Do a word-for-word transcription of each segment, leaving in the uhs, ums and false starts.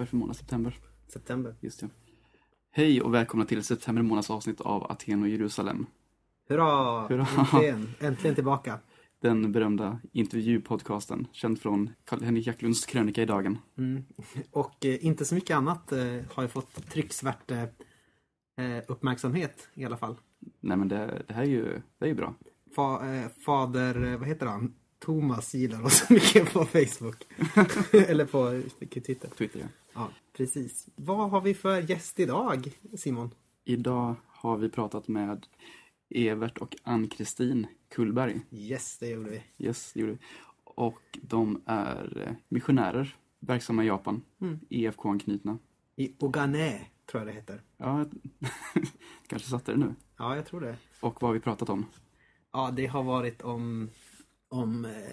är det för månad? September? September. Just det. Hej och välkomna till september månads avsnitt av Aten och Jerusalem. Hurra! Hurra! Äntligen, äntligen tillbaka. Den berömda intervjupodcasten, känd från Karl-Henrik Jacklunds krönika i Dagen. Mm. Och eh, inte så mycket annat eh, har ju fått trycksvärt eh, uppmärksamhet i alla fall. Nej, men det, det här är ju, det är ju bra. Fa, eh, fader, vad heter han? Thomas gillar oss så mycket på Facebook. Eller på Twitter. Twitter, ja. Ja, precis. Vad har vi för gäst idag, Simon? Idag har vi pratat med Evert och Ann-Kristin Kullberg. Yes, det gjorde vi. Yes, det gjorde vi. Och de är missionärer, verksamma i Japan. Mm. E F K-anknutna. I Ogane, tror jag det heter. Ja, kanske satte det nu. Ja, jag tror det. Och vad har vi pratat om? Ja, det har varit om, om eh,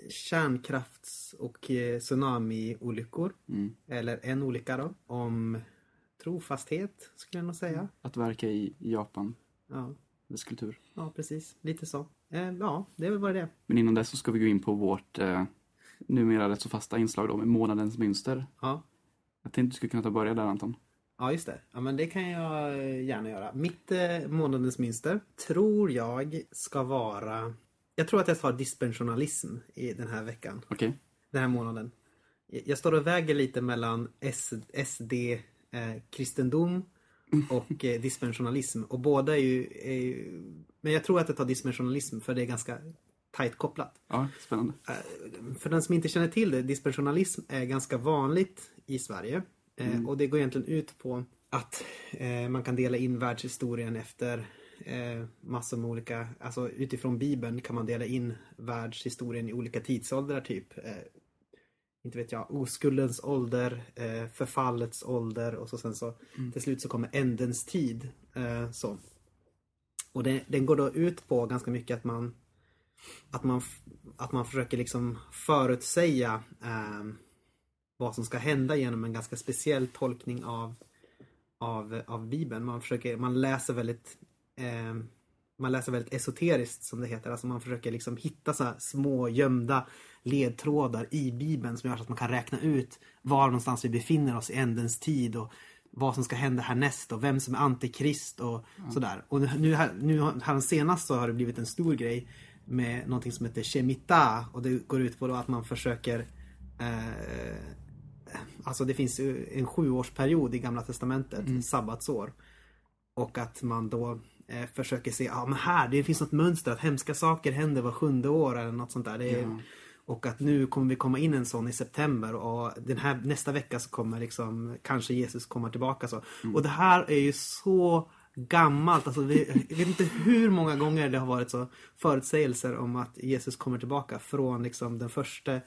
kärnkrafts- och eh, tsunami-olyckor. Mm. Eller en olycka då. Om trofasthet, skulle jag nog säga. Att verka i Japan, Ja, dess kultur. ja precis. Lite så. Eh, ja, det är väl bara det. Men innan dess så ska vi gå in på vårt eh, numera rätt så fasta inslag då, med månadens mönster. Ja. Jag tänkte du skulle kunna ta börja där, Anton. Ja, just det. Ja, men det kan jag eh, gärna göra. Mitt eh, månadens mönster tror jag ska vara... Jag tror att jag tar dispensionalism i den här veckan. Okej. Okay. Den här månaden. Jag står och väger lite mellan S, SD, eh, kristendom och eh, dispensionalism. Och båda är ju, är ju... Men jag tror att jag tar dispensionalism för det är ganska tajt kopplat. Ja, spännande. Eh, för den som inte känner till det, dispensionalism är ganska vanligt i Sverige. Eh, mm. Och det går egentligen ut på att eh, man kan dela in världshistorien efter eh, massor med olika... Alltså utifrån Bibeln kan man dela in världshistorien i olika tidsåldrar typ. Eh, inte vet jag, oskuldens ålder, eh, förfallets ålder och så sen så mm. till slut så kommer ändens tid. Eh, så. Och det, den går då ut på ganska mycket att man att man, att man försöker liksom förutsäga eh, vad som ska hända genom en ganska speciell tolkning av, av, av Bibeln. Man försöker, man läser väldigt eh, man läser väldigt esoteriskt som det heter. Alltså man försöker liksom hitta så här små gömda ledtrådar i Bibeln som gör så att man kan räkna ut var någonstans vi befinner oss i ändens tid och vad som ska hända härnäst och vem som är antikrist och mm. sådär. Och nu här, nu här senast så har det blivit en stor grej med någonting som heter Shemitah och det går ut på då att man försöker eh, alltså det finns en sjuårsperiod i Gamla testamentet, mm. sabbatsår, och att man då eh, försöker se, ja men här, det finns något mönster att hemska saker händer var sjunde år eller något sånt där. Det är, ja. Och att nu kommer vi komma in en sån i september och den här, nästa vecka så kommer liksom kanske Jesus komma tillbaka så. Mm. Och det här är ju så gammalt, alltså det, jag vet inte hur många gånger det har varit så förutsägelser om att Jesus kommer tillbaka från liksom den första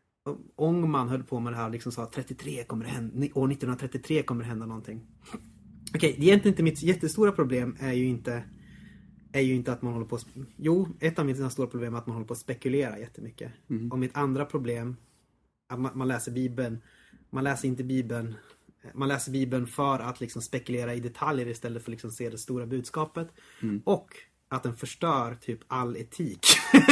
Ångman höll på med det här och liksom sa att trettiotre kommer det hända, år nittonhundratrettiotre kommer det hända någonting. Okej, okay, det är egentligen inte mitt jättestora problem är ju inte är ju inte att man håller på jo, ett av mina stora problem är att man håller på att spekulera jättemycket. Mm. Och mitt andra problem att man, man läser Bibeln, man läser inte Bibeln man läser Bibeln för att liksom spekulera i detaljer istället för att liksom se det stora budskapet. Mm. Och att den förstör typ all etik.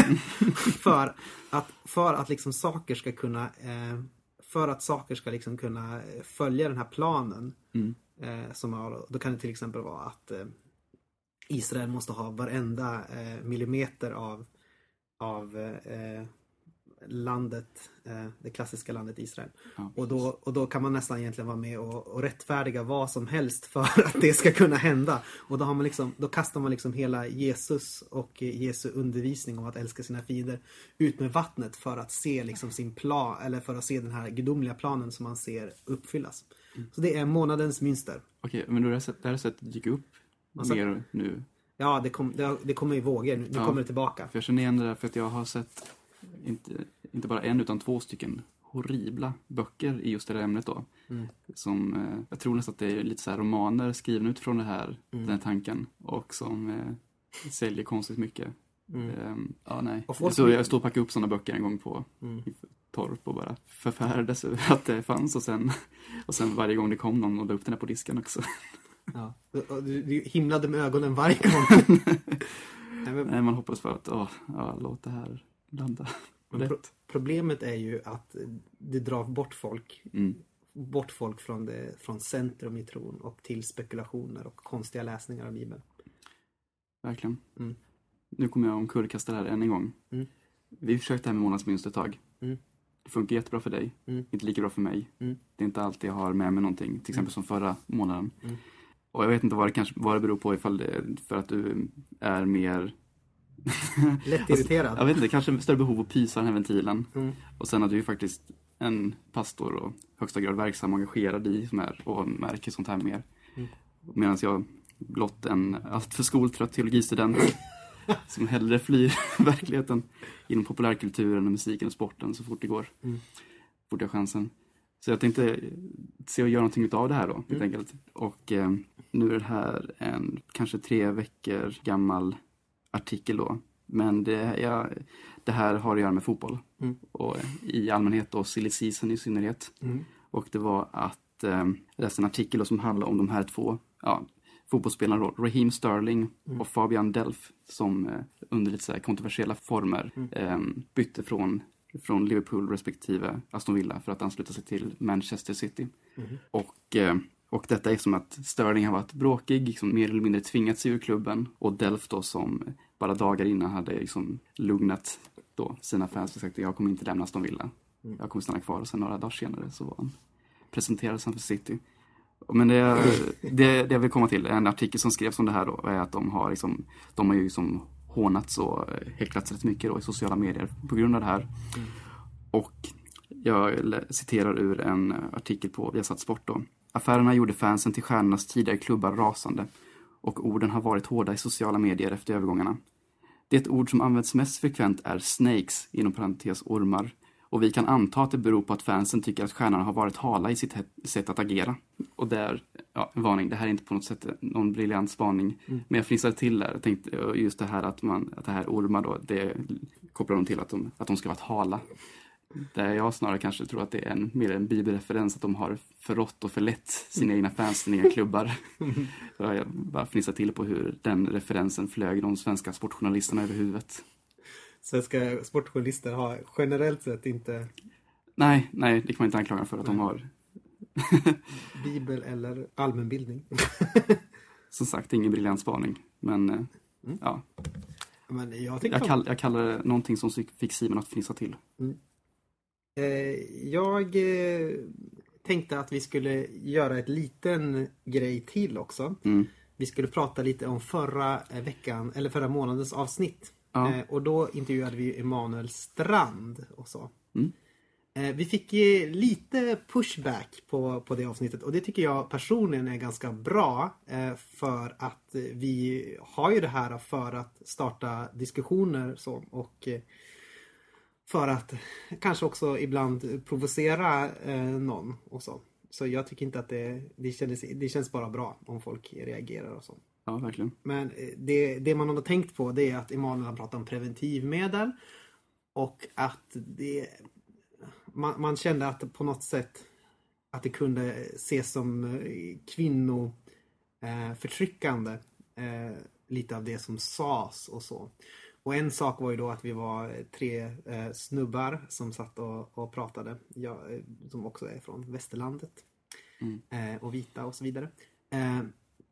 för att, för att liksom saker ska kunna eh, för att saker ska liksom kunna följa den här planen. Mm. Eh, som har, då kan det till exempel vara att eh, Israel måste ha varenda eh, millimeter av, av eh, landet, eh, det klassiska landet Israel. Ja, och, då, och då kan man nästan egentligen vara med och, och rättfärdiga vad som helst för att det ska kunna hända. Och då, har man liksom, då kastar man liksom hela Jesus och Jesu undervisning om att älska sina fiender ut med vattnet för att se liksom sin plan, eller för att se den här gudomliga planen som man ser uppfyllas. Mm. Så det är månadens mönster. Okej, men då har det här sättet gick upp alltså, mer nu? Ja, det, kom, det, det kommer i vågor. Nu ja, kommer det tillbaka. För jag känner igen det där för att jag har sett inte, inte bara en utan två stycken horribla böcker i just det här ämnet då. Mm. Som, eh, jag tror nästan att det är lite så här romaner skrivna utifrån det här, mm. den här tanken. Och som eh, säljer konstigt mycket. Mm. Eh, ja, nej. Och så jag stod och packade upp sådana böcker en gång på mm. torp och bara förfärdes över att det fanns. Och sen, och sen varje gång det kom någon och la upp den här på disken också. Ja, du, du himlade med ögonen varje gång. Nej, men... nej, man hoppas för att, åh, ja, låt det här landa. Pro- problemet är ju att det drar bort folk mm. bort folk från, det, från centrum i tron och till spekulationer och konstiga läsningar av Bibeln. Verkligen. Mm. Nu kommer jag omkullkasta det här än en gång. Mm. Vi försökte det här med månadsmynst ett tag. Mm. Det funkar jättebra för dig. Mm. Inte lika bra för mig. Mm. Det är inte alltid jag har med mig någonting. Till exempel Mm. som förra månaden. Mm. Och jag vet inte vad det, kanske, vad det beror på, ifall det är för att du är mer... Lätt irriterad. Alltså, jag vet inte, kanske större behov att pysa den här ventilen. Mm. Och sen att du är faktiskt en pastor och högsta grad verksam och engagerad i som är, och märker sånt här mer. Mm. Medan jag blott en alltför skoltrött teologistudent som hellre flyr verkligheten inom populärkulturen och musiken och sporten så fort det går. Mm. Fort jag chansen. Så jag tänkte se och göra någonting av det här då, helt Mm. enkelt. Och eh, nu är det här en kanske tre veckor gammal artikel då. Men det, jag, det här har att göra med fotboll. Mm. Och i allmänhet och silly season i synnerhet. Mm. Och det var att eh, jag läste en artikel då som handlar om de här två ja, fotbollsspelarna då, Raheem Sterling Mm. och Fabian Delph som eh, under lite så här kontroversiella former Mm. eh, bytte från, från Liverpool respektive Aston Villa för att ansluta sig till Manchester City. Mm. Och, eh, och detta är som att Sterling har varit bråkig, som mer eller mindre tvingats ur klubben. Och Delph då som bara dagar innan hade liksom lugnat då sina fans och sagt att jag kommer inte lämna Aston Villa. Mm. Jag kommer stanna kvar. Och sen några dagar senare så var han presenterad för City. Men det, det, det jag vill komma till, en artikel som skrevs om det här då, är att de har, liksom, de har ju liksom hånats och häcklats rätt mycket då i sociala medier på grund av det här. Mm. Och jag citerar ur en artikel på Viasat Sport då. Affärerna gjorde fansen till stjärnornas tidigare klubbar rasande och orden har varit hårda i sociala medier efter övergångarna. Det ord som används mest frekvent är snakes, inom parentes ormar. Och vi kan anta att det beror på att fansen tycker att stjärnorna har varit hala i sitt sätt att agera. Och där, ja, en varning, det här är inte på något sätt någon briljant spaning. Mm. Men jag fnissade till där. Jag tänkte just det här att, man, att det här ormar då, det kopplar de till att de, att de ska vara hala. Där jag snarare kanske tror att det är en, mer en bibelreferens att de har förrått och förlett sina egna fans, sina egna klubbar. Så jag bara fnissade till på hur den referensen flög de svenska sportjournalisterna över huvudet. Svenska sportjournalister har generellt sett inte... Nej, nej, det kan man inte anklaga för att nej. De har... Bibel eller allmänbildning. Som sagt, ingen briljant spaning. Men, mm. ja. Men jag, jag, kall, jag kallar det någonting som fick Simon att fnissa till. Mm. Eh, jag eh, tänkte att vi skulle göra ett liten grej till också. Mm. Vi skulle prata lite om förra veckan, eller förra månadens avsnitt. Ja. Eh, och då intervjuade vi Emanuel Strand och så. Mm. Eh, vi fick eh, lite pushback på, på det avsnittet. Och det tycker jag personligen är ganska bra. Eh, för att eh, vi har ju det här för att starta diskussioner så, och eh, för att kanske också ibland provocera eh, någon och så. Så jag tycker inte att det, det, känns, det känns bara bra om folk reagerar och så. Ja, verkligen. Men det, det man har tänkt på det är att Emanuel har pratat om preventivmedel. Och att det, man, man kände att på något sätt att det kunde ses som kvinnoförtryckande. Eh, lite av det som sades och så. Och en sak var ju då att vi var tre eh, snubbar som satt och, och pratade. Jag, som också är från Västerlandet. Mm. Eh, och vita och så vidare. Eh,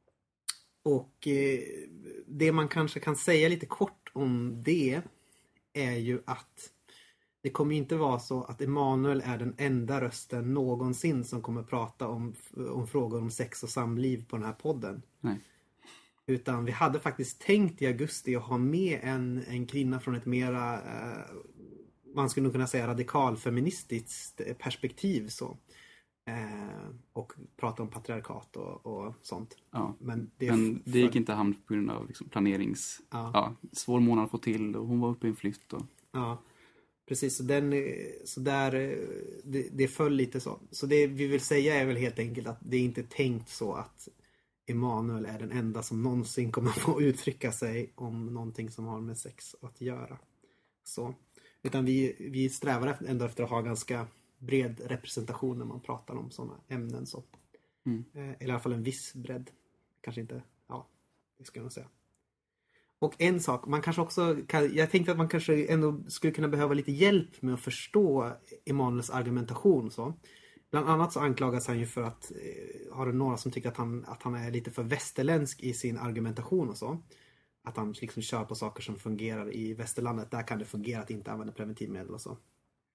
och eh, det man kanske kan säga lite kort om det är ju att det kommer inte vara så att Emanuel är den enda rösten någonsin som kommer prata om, om frågor om sex och samliv på den här podden. Nej. Utan vi hade faktiskt tänkt i augusti att ha med en, en kvinna från ett mera, eh, man skulle nog kunna säga radikalfeministiskt perspektiv så. Eh, och prata om patriarkat och, och sånt. Ja, men det, men det gick inte hamn på grund av liksom planerings... Ja. Ja, svår månad att få till och hon var uppe i en flytt. Och... Ja, precis. Så, den, så där, det, det föll lite så. Så det vi vill säga är väl helt enkelt att det är inte tänkt så att Emanuel är den enda som någonsin kommer få uttrycka sig om någonting som har med sex att göra. Så. Utan vi, vi strävar ändå efter att ha ganska bred representation när man pratar om sådana ämnen. Så. Mm. Eller i alla fall en viss bredd. Kanske inte, ja, det ska jag nog säga. Och en sak, man kanske också kan, jag tänkte att man kanske ändå skulle kunna behöva lite hjälp med att förstå Emanuels argumentation. Så. Bland Bland annat så anklagas han ju för att, eh, har det några som tycker att han, att han är lite för västerländsk i sin argumentation och så. Att han liksom kör på saker som fungerar i västerlandet. Där kan det fungera att inte använda preventivmedel och så.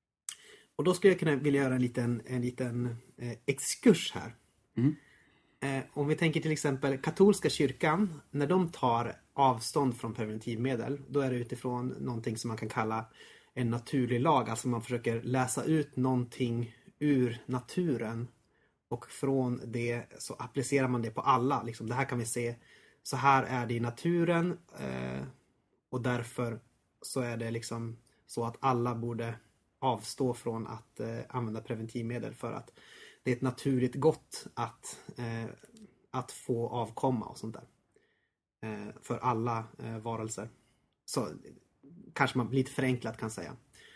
Och då skulle jag kunna vilja göra en liten, en liten eh, exkurs här. Mm. Eh, om vi tänker till exempel katolska kyrkan, när de tar avstånd från preventivmedel, då är det utifrån någonting som man kan kalla en naturlig lag. Alltså man försöker läsa ut någonting ur naturen och från det så applicerar man det på alla. Liksom, det här kan vi se, så här är det i naturen eh, och därför så är det liksom så att alla borde avstå från att eh, använda preventivmedel för att det är ett naturligt gott att, eh, att få avkomma och sånt där. Eh, för alla eh, varelser. Så kanske man lite förenklat kan säga.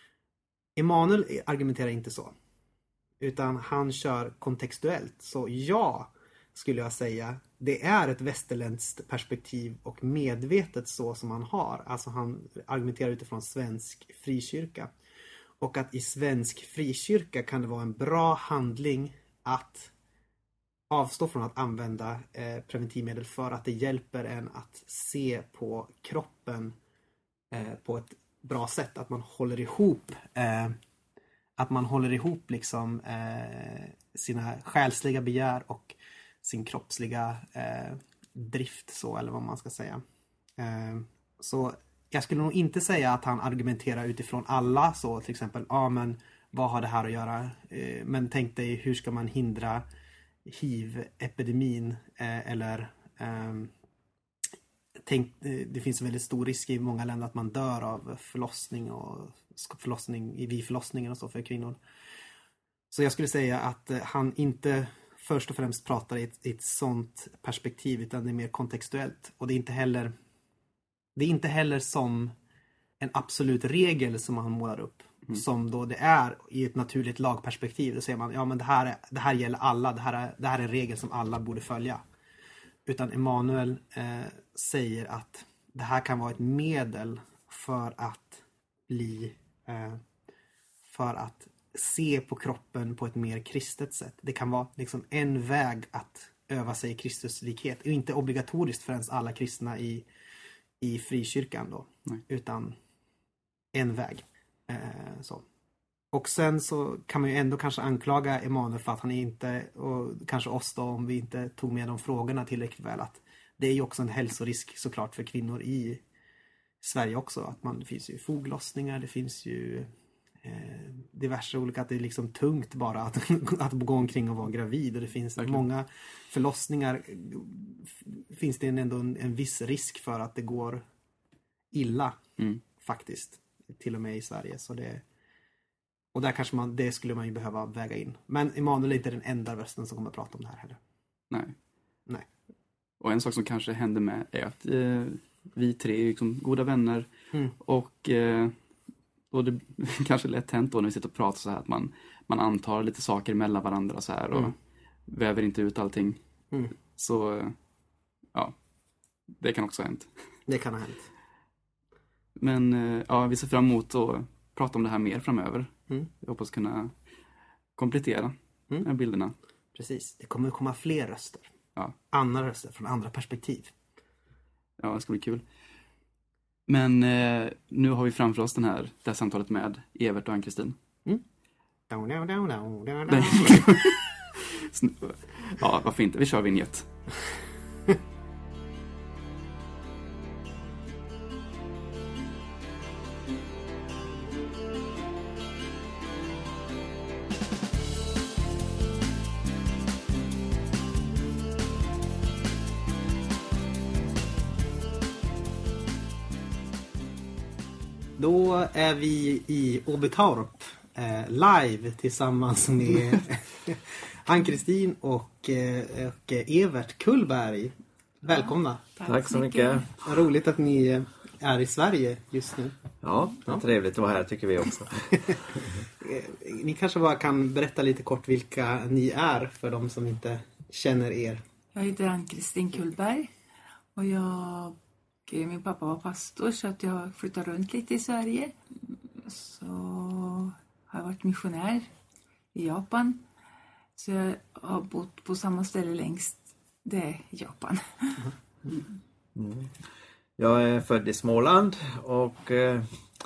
Emanuel argumenterar inte så. Utan han kör kontextuellt. Så ja, skulle jag säga, det är ett västerländskt perspektiv och medvetet så som han har. Alltså han argumenterar utifrån svensk frikyrka. Och att i svensk frikyrka kan det vara en bra handling att avstå från att använda eh, preventivmedel för att det hjälper en att se på kroppen eh, på ett bra sätt. Att man håller ihop eh, att man håller ihop liksom eh, sina själsliga begär och sin kroppsliga eh, drift så, eller vad man ska säga. Eh, så jag skulle nog inte säga att han argumenterar utifrån alla så, till exempel, ja ah, men vad har det här att göra? Eh, men tänk dig, hur ska man hindra hiv-epidemin eh, eller eh, tänk, det finns en väldigt stor risk i många länder att man dör av förlossning och förlossning vid förlossningen och så för kvinnor. Så jag skulle säga att han inte först och främst pratar i ett, i ett sånt perspektiv, utan det är mer kontextuellt. Och det är inte heller det är inte heller som en absolut regel som han målar upp. Mm. Som då det är i ett naturligt lagperspektiv. Då säger man, ja men det här, är, det här gäller alla. Det här, är, det här är en regel som alla borde följa. Utan Emanuel eh, säger att det här kan vara ett medel för att bli eh, för att se på kroppen på ett mer kristet sätt. Det kan vara liksom en väg att öva sig i Kristuslikhet. Och inte obligatoriskt för ens alla kristna i, i frikyrkan då. Nej. Utan en väg. Eh, så. Och sen så kan man ju ändå kanske anklaga Emanuel för att han inte, och kanske oss då om vi inte tog med de frågorna tillräckligt väl, att det är ju också en hälsorisk såklart för kvinnor i Sverige också. Att man, det finns ju foglossningar, det finns ju eh, diverse olika, att det är liksom tungt bara att, att gå omkring och vara gravid. Och det finns okay. många förlossningar, finns det ändå en, en viss risk för att det går illa mm. faktiskt. Till och med i Sverige. Så det, och där kanske man, det skulle man ju behöva väga in. Men Emanuel är inte den enda rösten som kommer att prata om det här heller. Nej. Nej. Och en sak som kanske händer med är att eh, vi tre är liksom goda vänner. Mm. Och eh, och det kanske är lätt hänt då när vi sitter och pratar så här att man, man antar lite saker mellan varandra så här och mm. väver inte ut allting. Mm. Så ja, det kan också ha hänt. Det kan ha hänt. Men ja, vi ser fram emot att prata om det här mer framöver. Mm. Jag hoppas kunna komplettera mm. de här bilderna. Precis, det kommer att komma fler röster. Ja. Andra röster från andra perspektiv. Ja, det ska bli kul. Men eh, nu har vi framför oss den här, det här samtalet med Evert och Ann-Kristin. Mm. Down, down, down, down, down, down. Ja, varför inte? Vi kör vignett. Då är vi i Åbytorp eh, live tillsammans med Ann-Kristin och, eh, och Evert Kullberg. Välkomna. Ja, tack, tack så mycket. mycket. Roligt att ni är i Sverige just nu. Ja, det är ja. trevligt att vara här tycker vi också. Ni kanske bara kan berätta lite kort vilka ni är för de som inte känner er. Jag heter Ann-Kristin Kullberg och jag... Min pappa var pastor så att jag flyttade runt lite i Sverige. Så har jag varit missionär i Japan. Så jag har bott på samma ställe längst. Det är Japan. Mm. Jag är född i Småland och eh,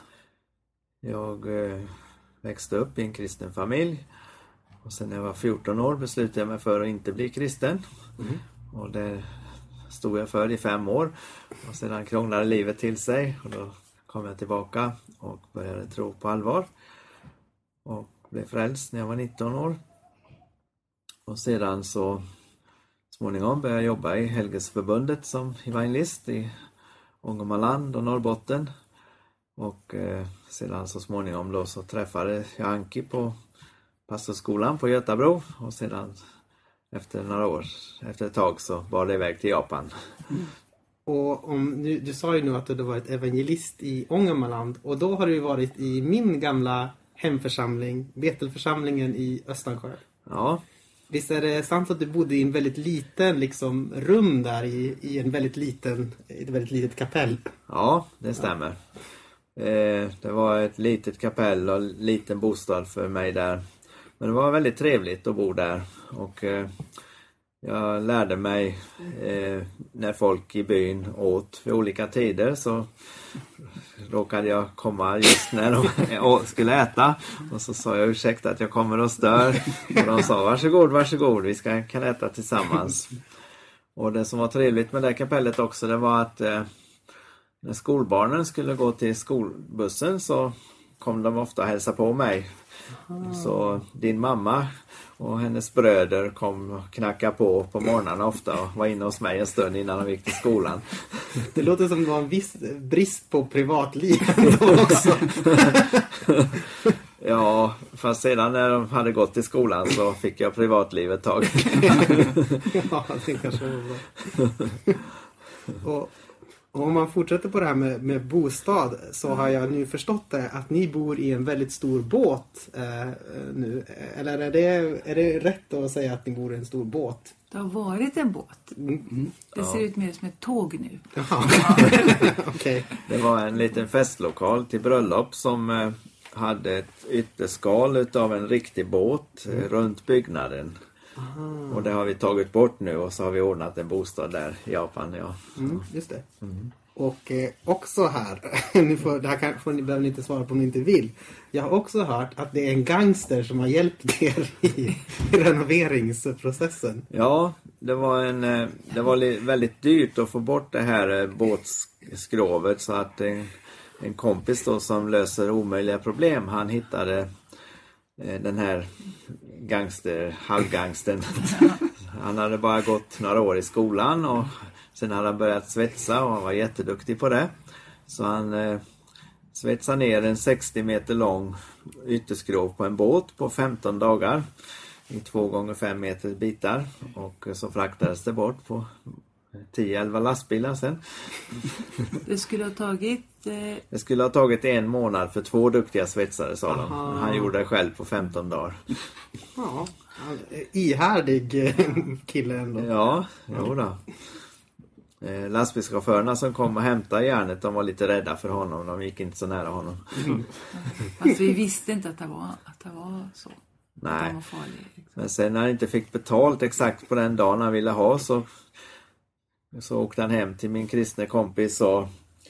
jag eh, växte upp i en kristen familj. Och sen när jag var fjorton år beslutade jag mig för att inte bli kristen. Mm. Och det stod jag för i fem år. Och sedan krånglade livet till sig. Och då kom jag tillbaka och började tro på allvar. Och blev frälst när jag var nitton år. Och sedan så småningom började jag jobba i Helgesförbundet som evangelist i Ångermanland och Norrbotten. Och eh, sedan så småningom då så träffade jag Anki på pastorskolan på Götabro. Och sedan efter några år, efter ett tag så var det iväg till Japan. Mm. Och om, du, du sa ju nu att du hade varit evangelist i Ångermanland. Och då har du varit i min gamla hemförsamling, Betelförsamlingen i Östansjö. Ja. Visst är det sant att du bodde i en väldigt liten liksom, rum där i, i en väldigt liten, i ett väldigt litet kapell? Ja, det stämmer. Ja. Eh, det var ett litet kapell och liten bostad för mig där. Men det var väldigt trevligt att bo där. Och eh, jag lärde mig eh, när folk i byn åt vid olika tider så råkade jag komma just när de skulle äta. Och så sa jag ursäkta att jag kommer och stör. Och de sa varsågod, varsågod, vi ska, kan äta tillsammans. Och det som var trevligt med det kapellet också det var att eh, när skolbarnen skulle gå till skolbussen så kom de ofta hälsa på mig. Så din mamma och hennes bröder kom och knackade på på morgonen ofta och var inne hos mig en stund innan de gick till skolan. Det låter som det var en viss brist på privatliv också. Ja, fast sedan när de hade gått till skolan så fick jag privatliv ett tag. Ja, det kanske var bra. Och Och om man fortsätter på det här med, med bostad så har jag nu förstått det att ni bor i en väldigt stor båt eh, nu. Eller är det, är det rätt att säga att ni bor i en stor båt? Det har varit en båt. Mm. Det ser ja. ut mer som ett tåg nu. Jaha. Okay. Det var en liten festlokal till bröllop som eh, hade ett ytterskal utav en riktig båt mm. runt byggnaden. Aha. Och det har vi tagit bort nu och så har vi ordnat en bostad där i Japan. Ja. Mm, just det. Mm. Och eh, också här, nu får, det här kan, får ni, behöver ni inte svara på om ni inte vill. Jag har också hört att det är en gangster som har hjälpt er i, i renoveringsprocessen. Ja, det var, en, det var väldigt dyrt att få bort det här båtskrovet så att en, en kompis då som löser omöjliga problem, han hittade den här gangster, halvgangsten. Han hade bara gått några år i skolan och sen hade han börjat svetsa och han var jätteduktig på det. Så han eh, svetsade ner en sextio meter lång ytterskrov på en båt på femton dagar i två gånger fem meter bitar och så fraktades det bort på tio elva lastbilar sen. Det skulle ha tagit... Eh... Det skulle ha tagit en månad för två duktiga svetsare, sa de. Men han gjorde det själv på femton dagar. Ja, ihärdig kille ändå. Ja, jo då. Eh, lastbilschaufförerna som kom och hämtade järnet, de var lite rädda för honom. De gick inte så nära honom. Mm. Alltså vi visste inte att det var, att det var så. Nej. Var farlig, liksom. Men sen när han inte fick betalt exakt på den dagen han ville ha så... Så åkte han hem till min kristna kompis och,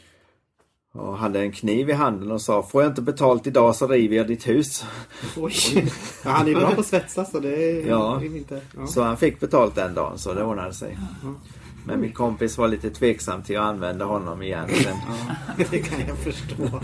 och hade en kniv i handen och sa får jag inte betalt idag så river jag ditt hus. Oj. Ja, han är bra på att svetsa så det är ja. inte... Ja. Så han fick betalt den dagen så det ordnade sig. Ja. Men min kompis var lite tveksam till att använda honom igen. Sen. Ja, det kan jag förstå.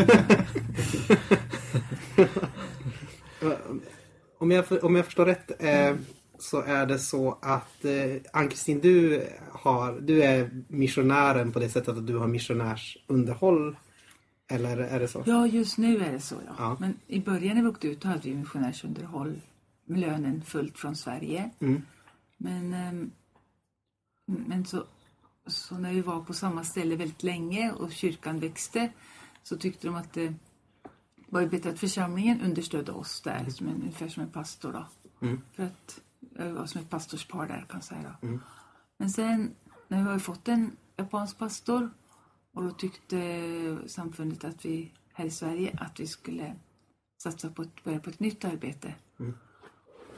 om, jag, om jag förstår rätt... Eh, så är det så att eh, Ann-Kristin, du, har, du är missionären på det sättet att du har missionärsunderhåll. Eller är det så? Ja, just nu är det så. Ja. Ja. Men i början när vi åkte ut hade vi missionärsunderhåll med lönen fullt från Sverige. Mm. Men, eh, men så, så när vi var på samma ställe väldigt länge och kyrkan växte så tyckte de att det var bättre att församlingen understödde oss där mm. som en, ungefär som en pastor då. Mm. För att jag var som ett pastorspar där kan jag säga då. Mm. Men sen när vi har fått en japansk pastor och då tyckte samfundet att vi här i Sverige att vi skulle satsa på ett, börja på ett nytt arbete. Mm.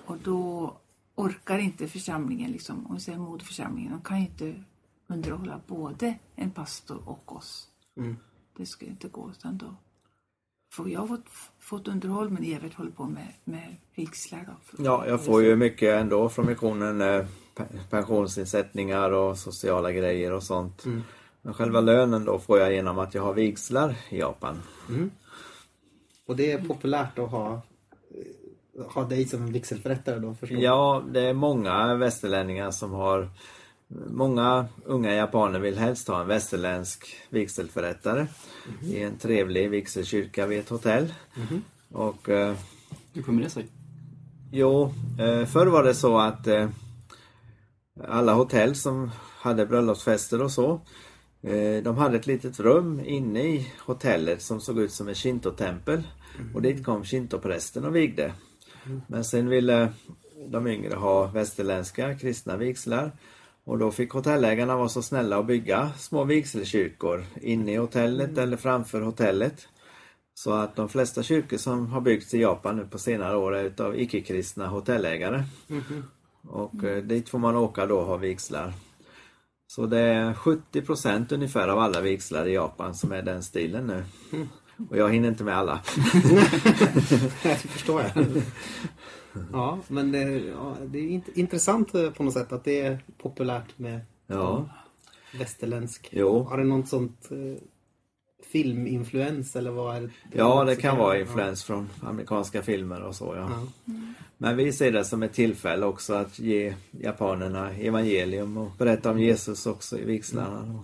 och då orkar inte församlingen, liksom, om vi säger moderförsamlingen, de kan ju inte underhålla både en pastor och oss. Mm. Det skulle inte gå, utan då får jag fått, fått underhåll, men Evert håller på med, med vigslar då. Ja, jag får ju mycket ändå från missionen, eh, pensionsinsättningar och sociala grejer och sånt. Mm. Men själva lönen då får jag genom att jag har vigslar i Japan. Mm. Och det är populärt att ha, ha dig som en vigselförrättare då, förstår Ja, det är många västerlänningar som har, många unga japaner vill helst ha en västerländsk vigselförrättare mm. i en trevlig vigselkyrka vid ett hotell. Mm. Och eh, hur kommer det sig? Jo, eh, förr var det så att eh, alla hotell som hade bröllopsfester och så, eh, de hade ett litet rum inne i hotellet som såg ut som ett Shinto-tempel. Mm. Och dit kom Shinto-prästen och vigde. Mm. Men sen ville de yngre ha västerländska kristna vigslar. Och då fick hotellägarna vara så snälla att bygga små vigselkyrkor inne i hotellet mm. eller framför hotellet. Så att de flesta kyrkor som har byggts i Japan nu på senare år är utav icke-kristna hotellägare. Mm. Och eh, dit får man åka då och ha vigslar. Så det är sjuttio procent ungefär av alla vigslar i Japan som är den stilen nu. Mm. Och jag hinner inte med alla. Jag förstår jag. Ja, men det, ja, det är intressant på något sätt att det är populärt med ja. västerländsk. Jo. Har det något sånt eh, filminfluens eller vad är det? Ja, det kan vara influens ja. från amerikanska filmer och så, ja. ja. Mm. Men vi ser det som ett tillfälle också att ge japanerna evangelium och berätta om Jesus också i vigslarna. Mm.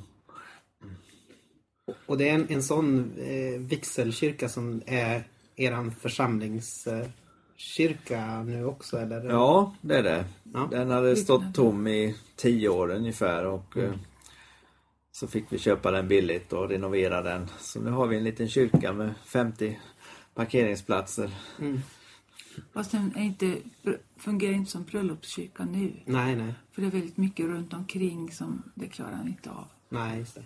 Och det är en, en sån eh, vigselkyrka som är eran församlingskyrka eh, nu också, eller? Ja, det är det. Ja. Den hade stått tom i tio år ungefär och mm. eh, så fick vi köpa den billigt och renovera den. Så nu har vi en liten kyrka med femtio parkeringsplatser. Mm. Fast den är inte, fungerar inte som bröllopskyrka nu. Nej, nej. För det är väldigt mycket runt omkring som det klarar han inte av. Nej, just det.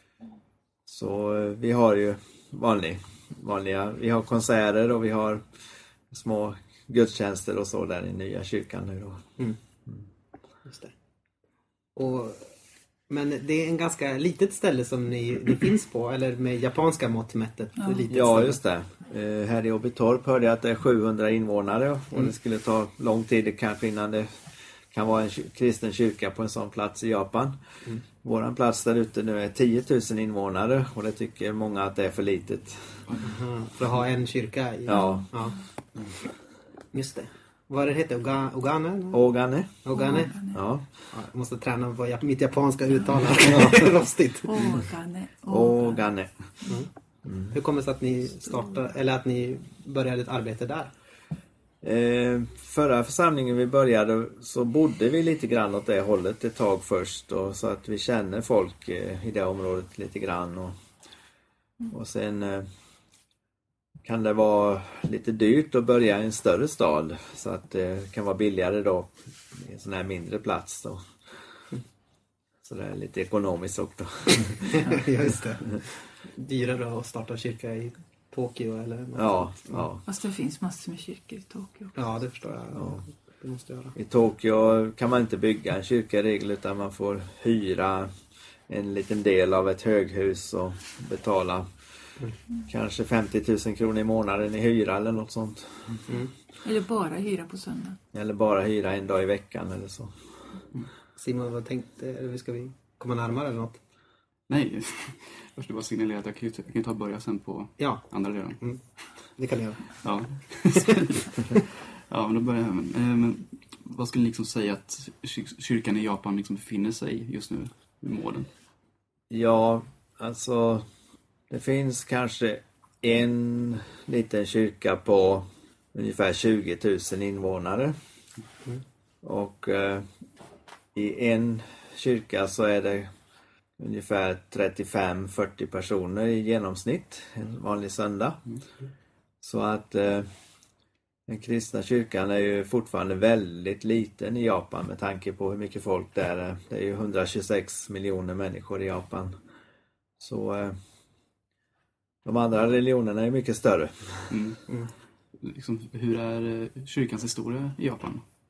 Så eh, vi har ju vanlig, vanliga, vi har konserter och vi har små gudstjänster och så där i nya kyrkan nu då. Mm. Mm. Just det. Och, men det är en ganska litet ställe som ni, ni finns på, eller med japanska mått mättet. Ja, ja just det. Eh, här i Åbytorp hörde jag att det är sjuhundra invånare och mm. det skulle ta lång tid kanske innan det kan vara en kristen kyrka på en sån plats i Japan. Mm. Våran plats där ute nu är tio tusen invånare och det tycker många att det är för litet. Mm. För att ha en kyrka i... Ja. ja. Mm. Just det. Vad det heter? Oga, Ogane? Ogane. Ogane? Ja. Jag måste träna på mitt japanska uttal. Rostigt. Ogane. Ogane. Mm. Mm. Hur kommer det sig att ni startade, eller att ni började ett arbete där? Eh, förra församlingen vi började så bodde vi lite grann åt det hållet ett tag först och så att vi känner folk eh, i det området lite grann och, och sen eh, kan det vara lite dyrt att börja i en större stad så att det kan vara billigare då i en sån här mindre plats då. Så det är lite ekonomiskt också. Ja, just det. Dyrare att starta kyrka i Tokyo eller något ja, sånt. ja. Fast det finns massor med kyrkor i Tokyo. Ja, det förstår jag. Ja. Det måste jag göra. I Tokyo kan man inte bygga en kyrka i regel utan man får hyra en liten del av ett höghus och betala mm. kanske femtio tusen kronor i månaden i hyra eller något sånt. Mm. Eller bara hyra på söndag. Eller bara hyra en dag i veckan eller så. Mm. Simon, vad tänkte, ska vi komma närmare eller något? Nej, jag skulle bara signalera att jag kan, jag kan ta börja sen på ja. andra delen. Mm. Det kan jag göra. Ja. Ja, men då börjar jag. Men, men vad skulle ni liksom säga att kyrkan i Japan liksom befinner sig just nu i målen? Ja, alltså det finns kanske en liten kyrka på ungefär tjugo tusen invånare. Mm. Och eh, i en kyrka så är det ungefär trettiofem till fyrtio personer i genomsnitt en vanlig söndag. Mm. Så att eh, den kristna kyrkan är ju fortfarande väldigt liten i Japan med tanke på hur mycket folk det är. Det är ju etthundratjugosex miljoner människor i Japan. Så eh, de andra religionerna är mycket större. Mm. Mm. Liksom, hur är kyrkans historia i Japan?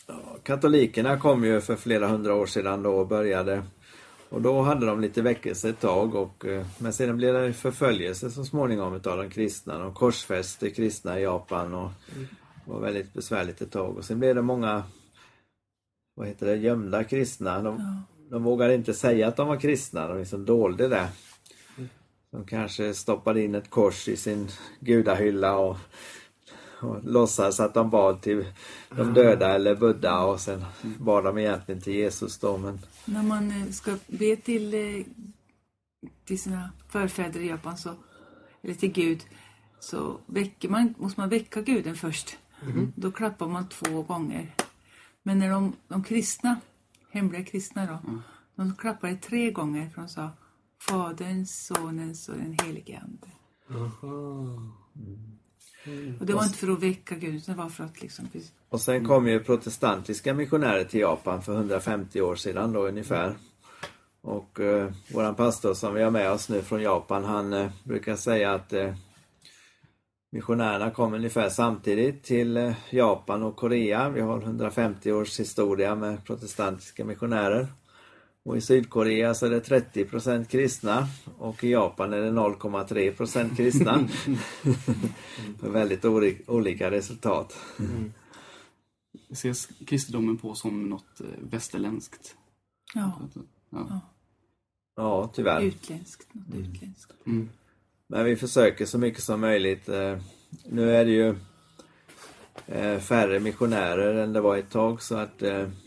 katolikerna kom ju för flera hundra år sedan då och började. Och då hade de lite väckelse ett tag. Och, men sedan blev det förföljelse så småningom av de kristna. De korsfäste kristna i Japan och det var väldigt besvärligt ett tag. Och sen blev det många, vad heter det, gömda kristna. De, ja. de vågade inte säga att de var kristna. De liksom dolde det. De kanske stoppade in ett kors i sin gudahylla och, och låtsades att de bad till de döda eller Buddha och sen bad de egentligen till Jesus då. Men... När man ska be till, till sina förfäder i Japan så, eller till Gud, så väcker man, måste man väcka guden först. Mm. Då klappar man två gånger. Men när de, de kristna, hemliga kristna då, mm. de klappade tre gånger för de sa Faderns, Sonens och den helige Ande. Mm. Mm. Och det var inte för att väcka Gud, utan det var för att liksom... Och sen kom ju protestantiska missionärer till Japan för hundrafemtio år sedan då ungefär. Och eh, våran pastor som vi har med oss nu från Japan, han eh, brukar säga att eh, missionärerna kom ungefär samtidigt till eh, Japan och Korea. Vi har hundrafemtio års historia med protestantiska missionärer. Och i Sydkorea så är det trettio procent kristna och i Japan är det noll komma tre procent kristna. För väldigt olika resultat. Mm. Ses kristendomen på som något västerländskt? Ja. Ja, ja tyvärr. Utländskt. Något mm. utländskt. Mm. Men vi försöker så mycket som möjligt. Nu är det ju färre missionärer än det var ett tag så att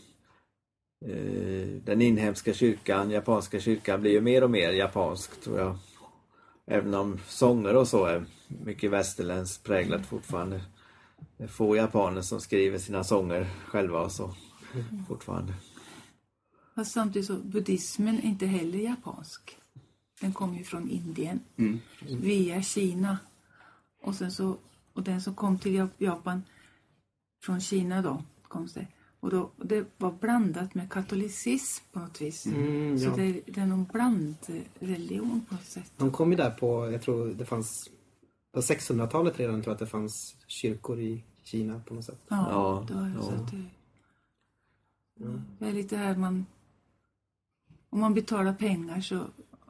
den inhemska kyrkan, japanska kyrkan blir ju mer och mer japansk tror jag. Även om sånger och så är mycket västerländskt präglat fortfarande. Det är få japaner som skriver sina sånger själva och så mm. fortfarande. Fast samtidigt så buddhismen är inte heller japansk. Den kommer ju från Indien mm. Mm. via Kina. Och sen så och den som kom till Japan från Kina då kom det. Och då, det var blandat med katolicism på något vis. Mm, så ja. det, det är någon blandreligion på något sätt. De kom ju där på, jag tror det fanns, på sexhundratalet redan tror jag att det fanns kyrkor i Kina på något sätt. Ja, ja det var ja. så att det, ja. det är lite här man, om man betalar pengar så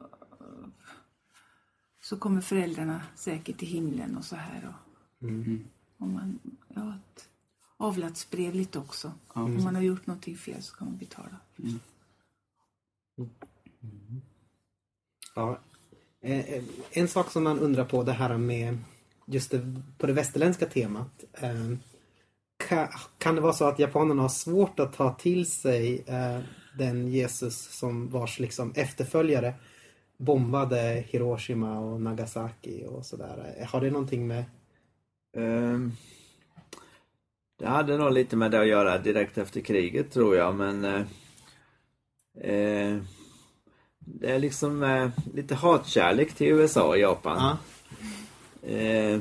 så kommer föräldrarna säkert till himlen och så här. Och, mm. och man, ja, ett avlatsbrev lite också. Mm. Om man har gjort någonting fel så kan man betala. Mm. Mm. Ja. En sak som man undrar på det här med just det, på det västerländska temat. Kan det vara så att japanerna har svårt att ta till sig den Jesus som vars liksom efterföljare bombade Hiroshima och Nagasaki och sådär? Har det någonting med... Um... Det hade nog lite med det att göra direkt efter kriget tror jag, men eh, eh, det är liksom eh, lite hatkärlek till U S A och Japan. Ah. Eh,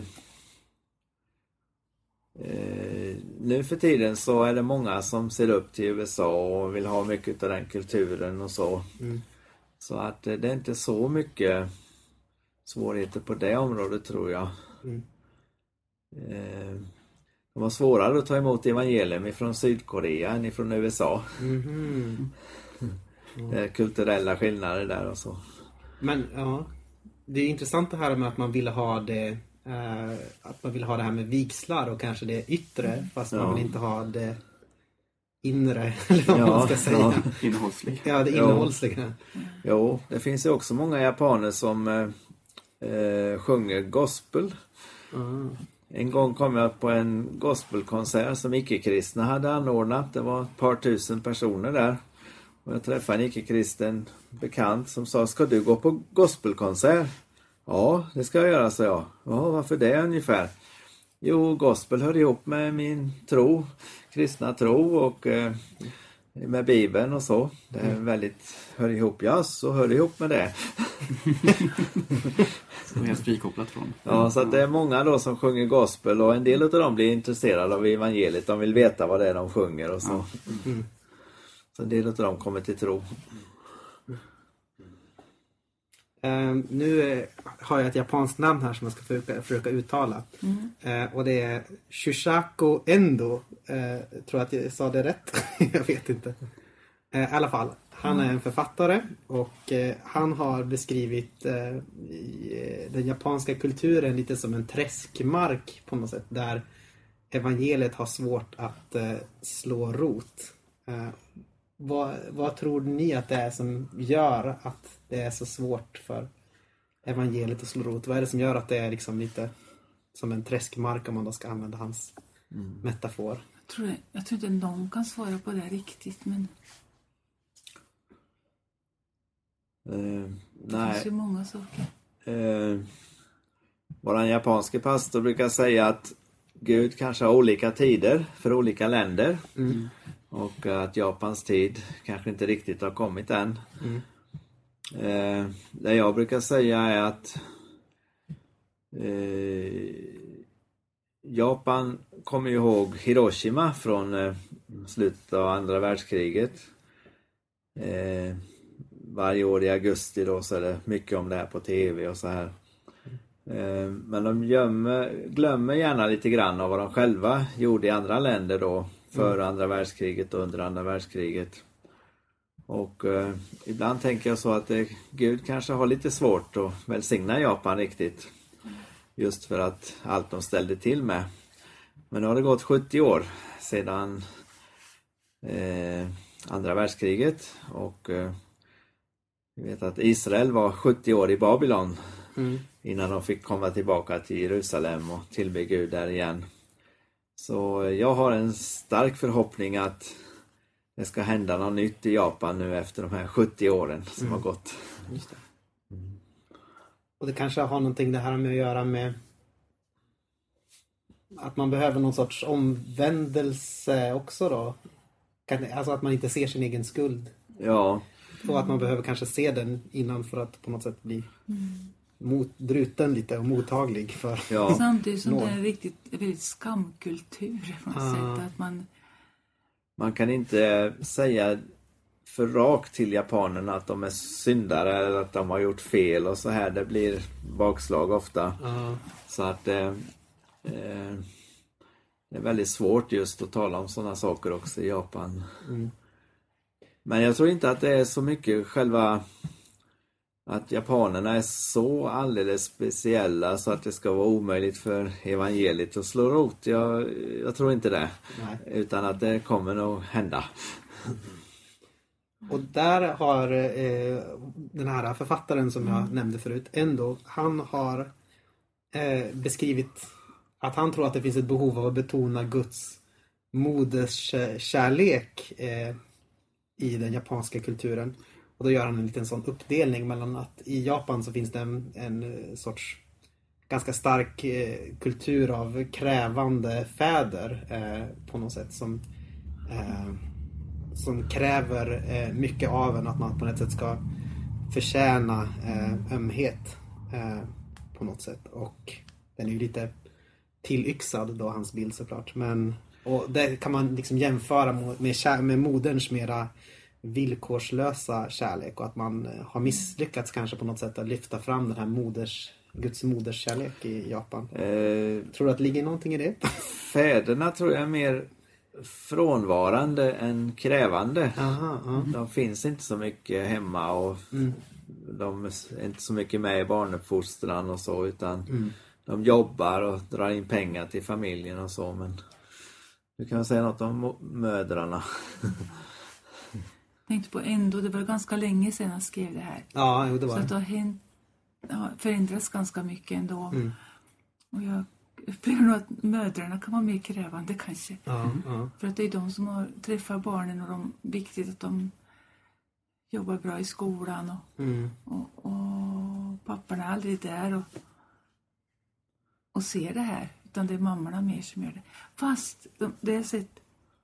eh, nu för tiden så är det många som ser upp till U S A och vill ha mycket av den kulturen och så. Mm. Så att eh, det är inte så mycket svårigheter på det området tror jag. Mm. Eh, Det var svårare att ta emot evangelium från Sydkorea än från U S A. Mm-hmm. Mm. Det är kulturella skillnader där och så. Men ja, det är intressant det här med att man ville ha det eh, att man ville ha det här med vigslar och kanske det yttre fast ja. man vill inte ha det inre eller vad ja, man ska säga. Ja, innehållsliga. Ja, det innehållsliga. Jo. jo, det finns ju också många japaner som eh, sjunger gospel. Mm. En gång kom jag på en gospelkonsert som icke-kristna hade anordnat. Det var ett par tusen personer där. Och jag träffade en icke-kristen bekant som sa, ska du gå på gospelkonsert? Ja, det ska jag göra, sa jag. Ja, varför det ungefär? Jo, gospel hör ihop med min tro, kristna tro och eh, med Bibeln och så. Det är väldigt, hör ihop, ja, så hör ihop med det. Så helt frikopplat från. Ja, så att det är många då som sjunger gospel och en del av dem blir intresserade av evangeliet. De vill veta vad det är de sjunger och så. Mm. Så en del av dem kommer till tro. Uh, nu uh, har jag ett japanskt namn här som jag ska försöka, försöka uttala. Mm. Uh, och det är Shusaku Endo. Uh, tror att jag sa det rätt. Jag vet inte. Uh, I alla fall, han är en författare och uh, han har beskrivit uh, i, uh, den japanska kulturen lite som en träskmark på något sätt. Där evangeliet har svårt att uh, slå rot. Uh, Vad, vad tror ni att det är som gör att det är så svårt för evangeliet att slå rot? Vad är det som gör att det är liksom lite som en träskmark, om man då ska använda hans mm. metafor? Jag tror, det, jag tror inte någon kan svara på det riktigt, men uh, det nej. finns ju många saker. Uh, våran japanske pastor brukar säga att Gud kanske har olika tider för olika länder. Mm. Och att Japans tid kanske inte riktigt har kommit än. Mm. Eh, det jag brukar säga är att eh, Japan kommer ihåg Hiroshima från eh, slutet av andra världskriget. Eh, varje år i augusti då så är det mycket om det här på tv och så här. Eh, men de gömmer, glömmer gärna lite grann av vad de själva gjorde i andra länder då. Före mm. andra världskriget och under andra världskriget. Och eh, ibland tänker jag så att eh, Gud kanske har lite svårt att välsigna Japan riktigt. Just för att allt de ställde till med. Men nu har det gått sjuttio år sedan eh, andra världskriget. Och eh, vi vet att Israel var sjuttio år i Babylon. Mm. Innan de fick komma tillbaka till Jerusalem och tillbe Gud där igen. Så jag har en stark förhoppning att det ska hända något nytt i Japan nu efter de här sjuttio åren som mm. har gått. Just det. Mm. Och det kanske har någonting det här med att göra med att man behöver någon sorts omvändelse också då. Alltså att man inte ser sin egen skuld. Ja. Och att man behöver kanske se den innan för att på något sätt bli mm. mot, druten lite och mottaglig för. Ja. Samtidigt som det är en riktigt väldigt skamkultur på något ah. sätt. Att man... man kan inte säga för rakt till japanerna att de är syndare eller att de har gjort fel och så här. Det blir bakslag ofta. Ah. Så att eh, eh, det är väldigt svårt just att tala om sådana saker också i Japan. Mm. Men jag tror inte att det är så mycket själva att japanerna är så alldeles speciella så att det ska vara omöjligt för evangeliet att slå rot. Jag, jag tror inte det. Nej. Utan att det kommer nog hända. Mm. Och där har eh, den här författaren som jag mm. nämnde förut, ändå, han har eh, beskrivit att han tror att det finns ett behov av att betona Guds moderskärlek eh, i den japanska kulturen. Och då gör han en liten sån uppdelning mellan att i Japan så finns det en, en sorts ganska stark eh, kultur av krävande fäder eh, på något sätt som, eh, som kräver eh, mycket av en, att man på något sätt ska förtjäna eh, ömhet eh, på något sätt. Och den är ju lite tillyxad då, hans bild såklart. Men, och det kan man liksom jämföra med, med, med moderns mera villkorslösa kärlek, och att man har misslyckats kanske på något sätt att lyfta fram den här moders, Guds moderskärlek i Japan. Eh, tror du att det ligger någonting i det? Fäderna tror jag är mer frånvarande än krävande. Aha, aha. De finns inte så mycket hemma och mm. de är inte så mycket med i barnuppfostran och så, utan mm. de jobbar och drar in pengar till familjen och så. Men du kan säga något om mödrarna. Jag tänkte på ändå, det var ganska länge sedan jag skrev det här. Ja, det var så att det har hänt, ja, förändrats ganska mycket ändå. Mm. Och jag upplever nog att mödrarna kan vara mer krävande kanske. Ja, ja. För att det är de som har träffat barnen, och de viktigt att de jobbar bra i skolan. Och, mm. och, och papporna är aldrig där och, och ser det här. Utan det är mammorna mer som gör det. Fast de, det är sett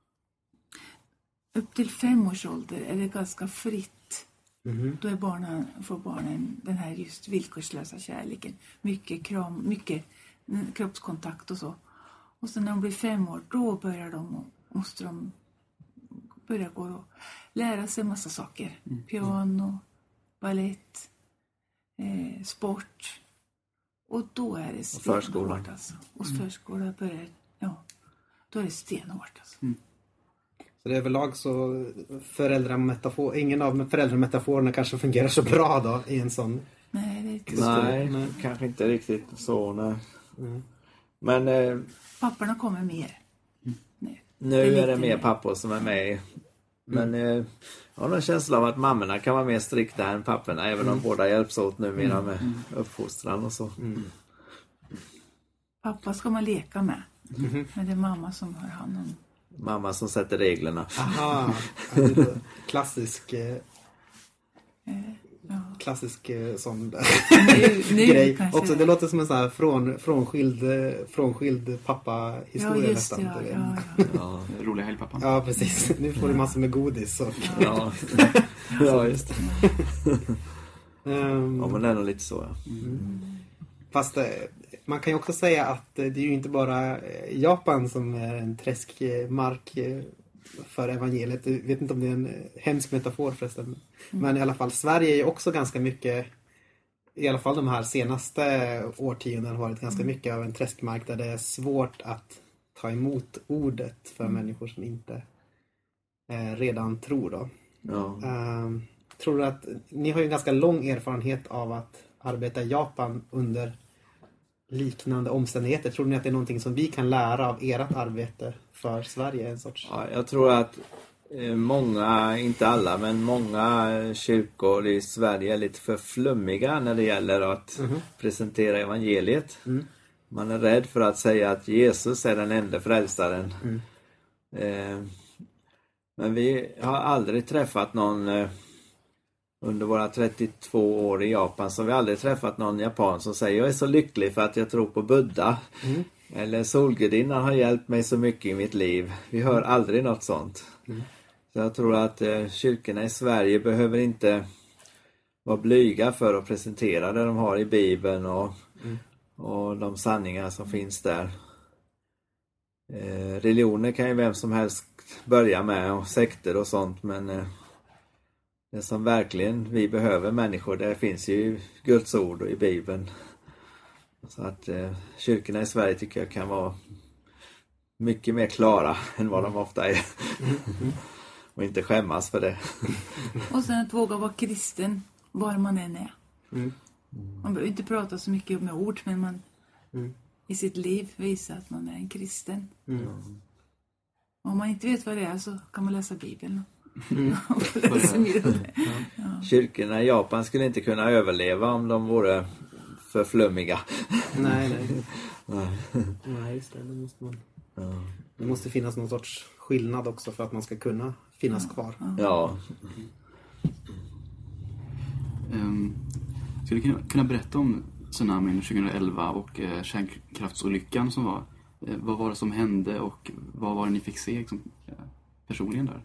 upp till fem års ålder är det ganska fritt. Mm. Då är barnen, får barnen den här just villkorslösa kärleken. Mycket kram, mycket kroppskontakt och så. Och sen när de blir fem år, då börjar de och måste de börja gå och lära sig massa saker. Mm. Piano, ballett, eh, sport. Och då är det förskolan. stenhårt alltså. Och Mm. förskolan börjar, ja, då är det stenhårt alltså. Mm. Så det är överlag så föräldrametafor, ingen av föräldrametaforerna kanske fungerar så bra då i en sån. Nej, det är inte Nej, Nej. kanske inte riktigt så. Nej. Mm. Men eh, papporna kommer mer. Nej. nu Det är är, lite det mer mer. pappor som är med. Men eh, jag har en känsla av att mammorna kan vara mer strikta än papporna. Även om båda hjälps åt numera med uppfostran och så. Mm. Pappa ska man leka med. Mhm. Men det är mamma som har hand om. Mamma som sätter reglerna. Aha, ja, det är klassisk eh, Eh, ja. klassisk eh, sån Nu, nu grej. kanske. Också, det låter som en sån här från, frånskild, eh, frånskild pappa-historia Ja, just det. nästan. Ja, ja, ja. Ja, Roliga helgpappan. Ja, precis. Nu får du massor med godis. Och, ja. ja just det. Ehm, Ja, men det är nog lite så. Ja. Fast eh, man kan ju också säga att eh, det är ju inte bara eh, Japan som är en träskmark eh, för evangeliet. Jag vet inte om det är en eh, hemsk metafor förresten. Men i alla fall, Sverige är ju också ganska mycket, i alla fall de här senaste årtionden har varit ganska mycket av en träskmark där det är svårt att ta emot ordet för människor som inte eh, redan tror då. Ja. Ehm, tror du att ni har ju en ganska lång erfarenhet av att arbeta i Japan under liknande omständigheter. Tror ni att det är någonting som vi kan lära av ert arbete för Sverige? En sorts... Ja, jag tror att eh, många, inte alla, men många kyrkor i Sverige är lite för flummiga när det gäller att Mhm. presentera evangeliet. Mm. Man är rädd för att säga att Jesus är den enda frälsaren. Mm. Eh, men vi har aldrig träffat någon eh, under våra trettiotvå år i Japan, så vi har aldrig träffat någon japan som säger jag är så lycklig för att jag tror på Buddha. Mm. Eller solgudinnan har hjälpt mig så mycket i mitt liv. Vi hör aldrig något sånt. Mm. Så jag tror att eh, kyrkorna i Sverige behöver inte vara blyga för att presentera det de har i Bibeln och, Mm. och de sanningar som finns där. Eh, religioner kan ju vem som helst börja med och sekter och sånt, men eh, det som verkligen vi behöver människor, det finns ju i Guds ord och i Bibeln. Så att eh, kyrkorna i Sverige tycker jag kan vara mycket mer klara än vad de ofta är. Och inte skämmas för det. Och sen att våga vara kristen var man än är. Mm. Man behöver inte prata så mycket med ord, men man Mm. i sitt liv visar att man är en kristen. Mm. Om man inte vet vad det är så kan man läsa Bibeln. Mm. Och läsa mer om det. Ja. Kyrkorna i Japan skulle inte kunna överleva om de vore för flummiga. Nej, nej. Nej. Nej, just det. Det måste, man... Ja. det måste finnas någon sorts skillnad också för att man ska kunna finnas kvar. Ja. Um, skulle du kunna, kunna berätta om tsunamin tjugoelva och eh, kärnkraftsolyckan som var? Eh, vad var det som hände och vad var det ni fick se liksom, eh, personligen där?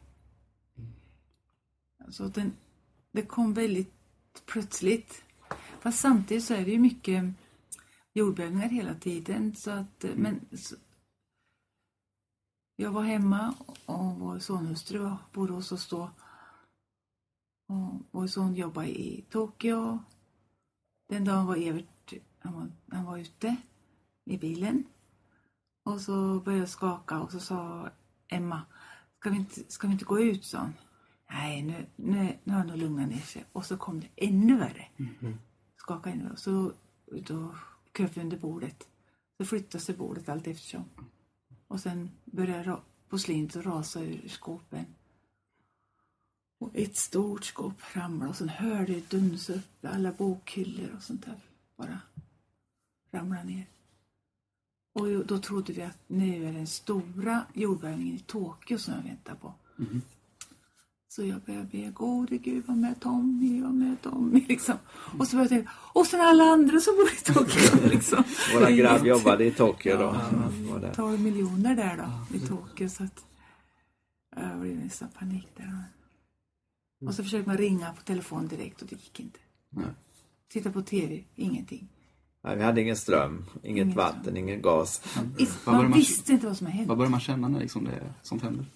Alltså den, det kom väldigt plötsligt. Fast samtidigt så är det ju mycket jordbävningar hela tiden. Så att, men, så, jag var hemma och vår sonhustru bodde hos oss då. Och vår son jobbade i Tokyo. Den dagen var Evert, han var, han var ute i bilen. Och så började jag skaka och så sa Emma, ska vi inte, ska vi inte gå ut, sa han. Nej, nu, nu, nu har han nog lugnat ner sig. Och så kom det ännu värre. Mm. Skaka ännu värre. Så då kröp vi under bordet. Så flyttade sig bordet allt eftersom. Och sen började porslinet att rasa ur skåpen. Och ett stort skåp ramlade. Och sen hörde det duns upp. Alla bokhyllor och sånt där bara ramlade ner. Och då trodde vi att nu är den stora jordbävningen i Tokyo som jag väntar på. Mm. Så jag började be, gode Gud, var med Tommy, var med Tommy, liksom. Och så började jag tänka, och sen alla andra som bor i Tokyo, liksom. Våra grabb jobbade i Tokyo då. Ja, Var där. tolv miljoner där då, i Tokyo, så att jag blev nästan panik där. Och så försökte man ringa på telefon direkt och det gick inte. Nej. Titta på tv, ingenting. Nej, vi hade ingen ström, inget Ingen vatten, ström. ingen gas. I, Vad var det man man- visste inte vad som hade hänt. Vad börjar man känna när liksom det, sånt händer?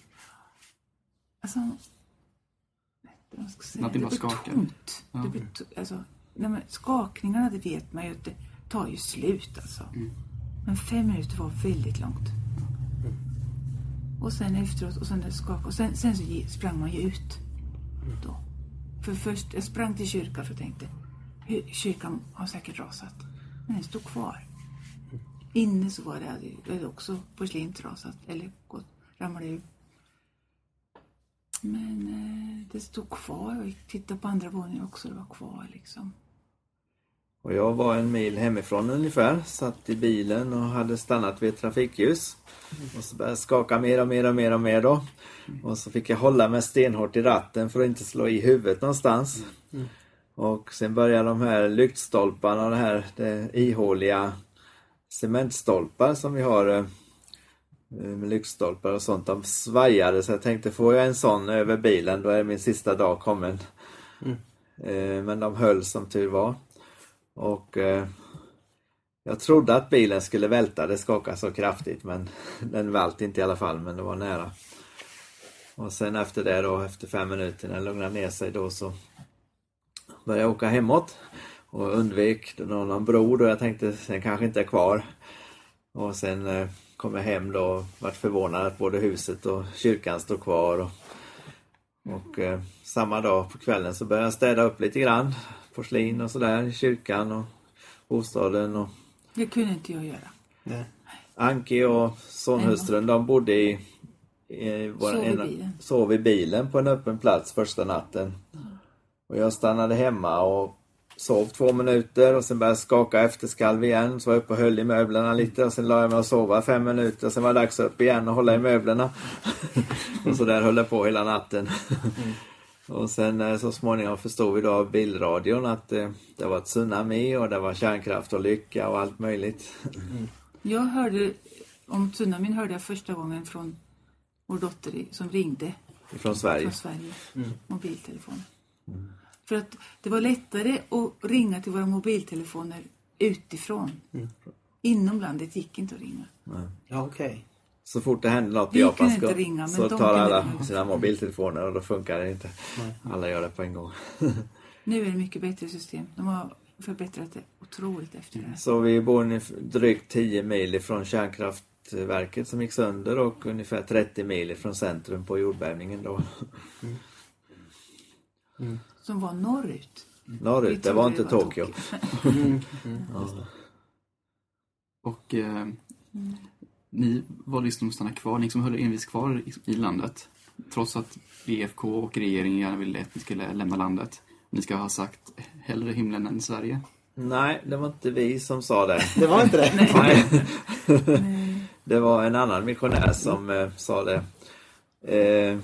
Alltså, vad ska jag säga, Någonting det bara blir skakar. tomt. Ja. Det blir to- alltså, nej men, skakningarna, det vet man ju att det tar ju slut alltså. Mm. Men fem minuter var väldigt långt. Mm. Och sen efteråt, och sen det skak, och sen, sen så sprang man ju ut. Mm. Då. För först, jag sprang till kyrkan för jag tänkte, hur, kyrkan har säkert rasat. Men den stod kvar. Mm. Inne så var det, det hade också porslint rasat, eller gått, ramlade ut. Men eh, det stod kvar, och jag tittade på andra våningen också, det var kvar liksom. Och jag var en mil hemifrån ungefär, satt i bilen och hade stannat vid ett trafikljus. Mm. Och så började jag skaka mer och mer och mer och mer då. Mm. Och så fick jag hålla mig stenhårt i ratten för att inte slå i huvudet någonstans. Mm. Och sen började de här lyktstolparna och det här det ihåliga cementstolpar som vi har med lyktstolpar och sånt. De svajade, så jag tänkte, får jag en sån över bilen då är min sista dag kommen. Mm. Men de höll som tur var. Och eh, jag trodde att bilen skulle välta, det skakade så kraftigt, men den välte inte i alla fall, men det var nära. Och sen efter det då, efter fem minuter när det lugnade ner sig då, så började jag åka hemåt och undvek någon bro då, jag tänkte sen kanske inte är kvar. Och sen eh, kom jag hem då och var förvånad att både huset och kyrkan stod kvar. Och, och eh, samma dag på kvällen så började jag städa upp lite grann. Porslin och sådär i kyrkan och bostaden. Och det kunde inte jag göra. Nej. Anki och sonhustrun, de bodde i, i vår, sov, en, i bilen. sov i bilen på en öppen plats första natten. Mm. Och jag stannade hemma och sov två minuter och sen började jag skaka efterskalv igen. Så var jag uppe och höll i möblerna lite och sen la jag mig och sova fem minuter. Och sen var det dags upp igen och hålla i möblerna. Och så där höll jag på hela natten. Mm. Och sen så småningom förstod vi då av bilradion att eh, det var ett tsunami och det var kärnkraft och lycka och allt möjligt. Mm. Jag hörde om tsunamin hörde jag första gången från vår dotter som ringde. Från Sverige? Från Sverige, mm. mobiltelefon. Mm. För att det var lättare att ringa till våra mobiltelefoner utifrån. Mm. Inom landet gick inte att ringa. Nej. Ja, okej. Okay. Så fort det händer något i Japan ska, ringa, så tar alla sina mobiltelefoner och då funkar det inte. Nej. Alla gör det på en gång. Nu är det mycket bättre system. De har förbättrat det otroligt efter det här. Så vi bor drygt tio mil ifrån kärnkraftverket som gick sönder och ungefär trettio mil ifrån centrum på jordbävningen då. Mm. Mm. Som var norrut. Norrut, det var inte det var Tokyo. Tokyo. mm. Mm. Ja. Och eh, mm. ni valde liksom att stanna kvar, ni som höll envis kvar i, i landet. Trots att B F K och regeringen gärna ville att ni skulle lämna landet. Ni ska ha sagt hellre himlen än Sverige. Nej, det var inte vi som sa det. Det var inte det? Nej. Nej. Det var en annan missionär som eh, sa det. Eh,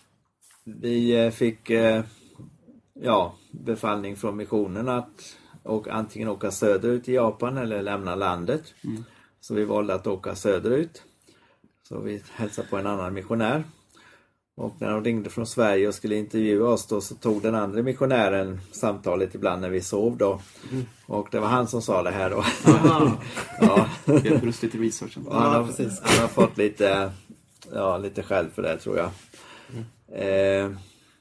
vi fick eh, ja, befallning från missionen att och antingen åka söderut i Japan eller lämna landet. Mm. Så vi valde att åka söderut. Så vi hälsade på en annan missionär. Och när de ringde från Sverige och skulle intervjua oss då, så tog den andra missionären samtalet ibland när vi sov då. Mm. Och det var han som sa det här då. Ja. Det är brustit i researchen. Ja, han, har, precis. han har fått lite, ja, lite själv för det tror jag. Mm. Eh,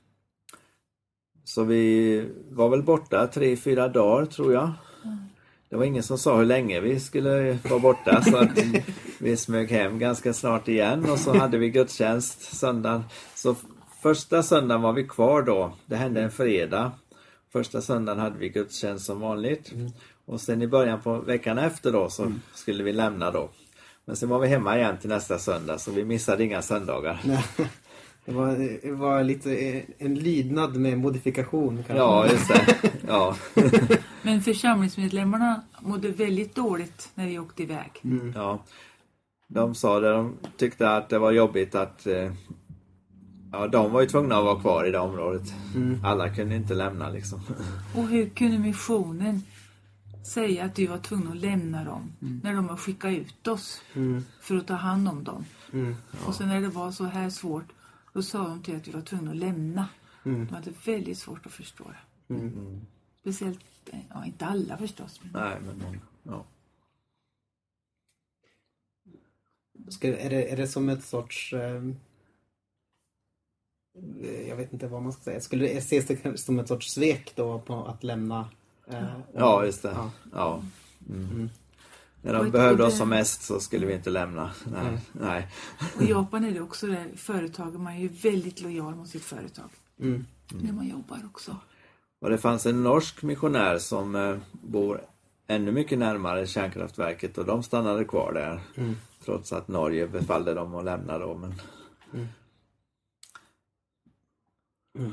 så vi var väl borta tre, fyra dagar tror jag. Mm. Det var ingen som sa hur länge vi skulle vara borta, så att vi smög hem ganska snart igen och så hade vi gudstjänst söndagen. Så första söndagen var vi kvar då. Det hände en fredag. Första söndagen hade vi gudstjänst som vanligt. Mm. Och sen i början på veckan efter då så mm. skulle vi lämna då. Men sen var vi hemma igen till nästa söndag, så vi missade inga söndagar. Det var, det var lite en lydnad med modifikation kanske. Ja, just det. Ja. Men församlingsmedlemmarna mådde väldigt dåligt när vi åkte iväg. Mm. Ja. De sa det, de tyckte att det var jobbigt att ja, de var ju tvungna att vara kvar i det området. Mm. Alla kunde inte lämna liksom. Och hur kunde missionen säga att du var tvungen att lämna dem mm. när de har skickat ut oss mm. för att ta hand om dem? Mm. Ja. Och sen när det var så här svårt, då sa de till att vi var tvungna att lämna. Mm. De hade väldigt svårt att förstå det. Mm. Speciellt, ja, inte alla förstås. Men... Nej, men många. Ja. Ska, är, det, är det som ett sorts... Eh, jag vet inte vad man ska säga. Skulle det ses det som ett sorts svek då på att lämna Eh, Ja, just det. Ja. Ja. Mm. Mm. När de Och behövde det- oss som mest så skulle vi inte lämna. Nej. Mm. Nej. Och i Japan är det också det, företaget, man är ju väldigt lojal mot sitt företag. Mm. När man jobbar också. Och det fanns en norsk missionär som eh, bor ännu mycket närmare kärnkraftverket och de stannade kvar där. Mm. Trots att Norge befallde dem att lämna då. Men... Mm. Mm.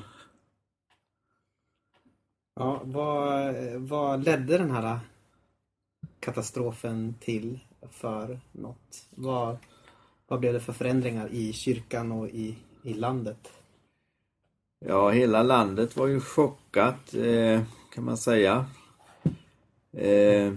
Ja, vad, vad ledde den här katastrofen till för något? Vad, vad blev det för förändringar i kyrkan och i, i landet? Ja, hela landet var ju chockat eh, kan man säga. Eh,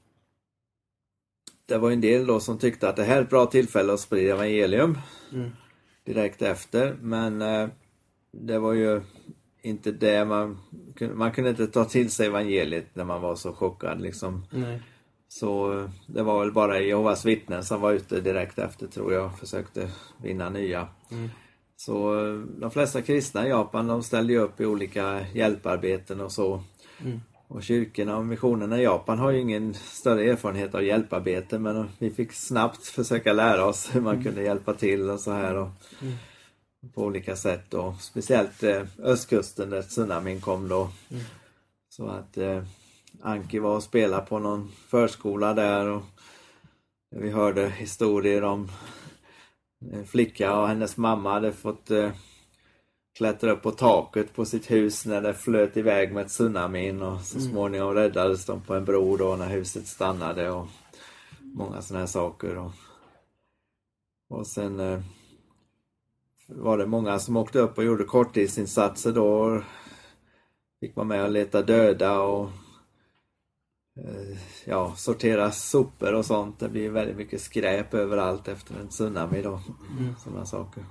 det var en del då som tyckte att det här är ett bra tillfälle att sprida evangelium Mm. direkt efter. Men eh, det var ju inte det man kunde, man kunde inte ta till sig evangeliet när man var så chockad liksom. Nej. Så eh, det var väl bara Jehovas vittnen som var ute direkt efter, tror jag, försökte vinna nya. Mm. Så eh, de flesta kristna i Japan, de ställde ju upp i olika hjälparbeten och så. Mm. Och kyrkorna och missionerna i Japan har ju ingen större erfarenhet av hjälparbete, men vi fick snabbt försöka lära oss hur man kunde hjälpa till och så här och Mm. på olika sätt och speciellt eh, östkusten där tsunamin kom då. Mm. Så att eh, Anki var och spelade på någon förskola där och vi hörde historier om en flicka och hennes mamma hade fått eh, klättra upp på taket på sitt hus när det flöt iväg med tsunamin och så Mm. småningom räddades de på en bro då när huset stannade och många sådana här saker. Och, och sen eh, var det många som åkte upp och gjorde korttidsinsatser då. Fick man med och leta döda och eh, ja, sortera sopor och sånt. Det blir väldigt mycket skräp överallt efter en tsunami då. Mm. Sådana saker.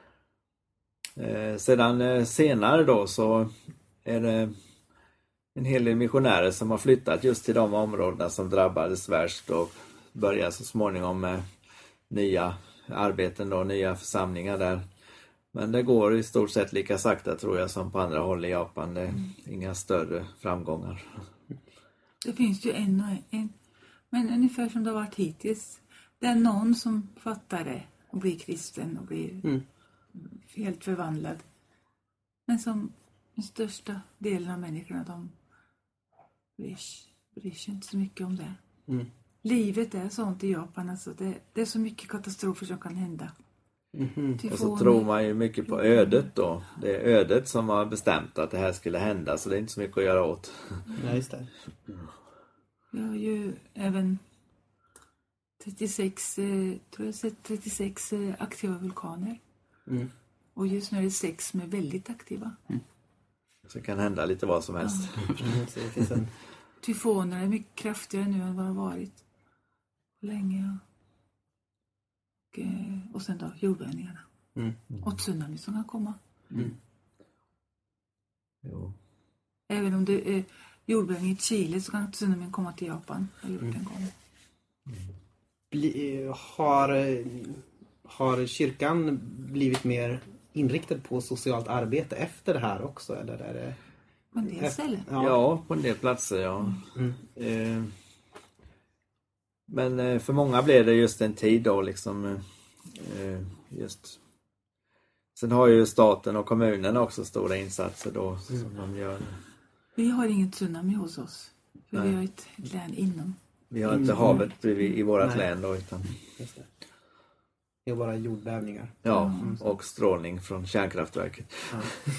Eh, sedan eh, senare då så är det en hel del missionärer som har flyttat just till de områdena som drabbades värst och börjar så småningom med nya arbeten då, nya församlingar där. Men det går i stort sett lika sakta, tror jag, som på andra håll i Japan. Det är Mm. inga större framgångar. Det finns ju en och en. Men ungefär som det har varit hittills. Det är någon som fattar det och blir kristen och blir Mm. helt förvandlad. Men som den största delen av människorna, de bryr, bryr sig inte så mycket om det. Mm. Livet är sånt i Japan. Alltså det, det är så mycket katastrofer som kan hända. Mhm. Och så Tyfoner. tror man ju mycket på ödet då. Det är ödet som har bestämt att det här skulle hända, så det är inte så mycket att göra åt. Ja, just det. Vi har ju även trettiosex, eh, tror jag sett trettiosex eh, aktiva vulkaner. Mm. Och just nu är det sex som är väldigt aktiva. Så det kan hända lite vad som helst. Mm. Så det finns en... Tyfonerna är mycket kraftigare nu än vad det har varit på länge. Och, eh, och sen då jordbävningarna. Mm. Och tsunami som kan komma. Mm. Jo. Även om det är jordbävning i Chile så kan tsunamin komma till Japan. Jag har gjort Mm. en gång. Bli, har, har kyrkan blivit mer inriktad på socialt arbete efter det här också? Eller är det... På en del ställen. Ja. Ja, på en del platser, ja. Mm. Eh, men eh, för många blev det just en tid då liksom eh, just. Sen har ju staten och kommunen också stora insatser då som Mm. de gör. Vi har ingen tsunami hos oss. För Nej. vi har ett, ett län inom. Vi har inte Mm. havet bredvid, i vårat Nej. län då, utan Just det. Det är bara jordbävningar. ja, Mm. och strålning från kärnkraftverket. Ja.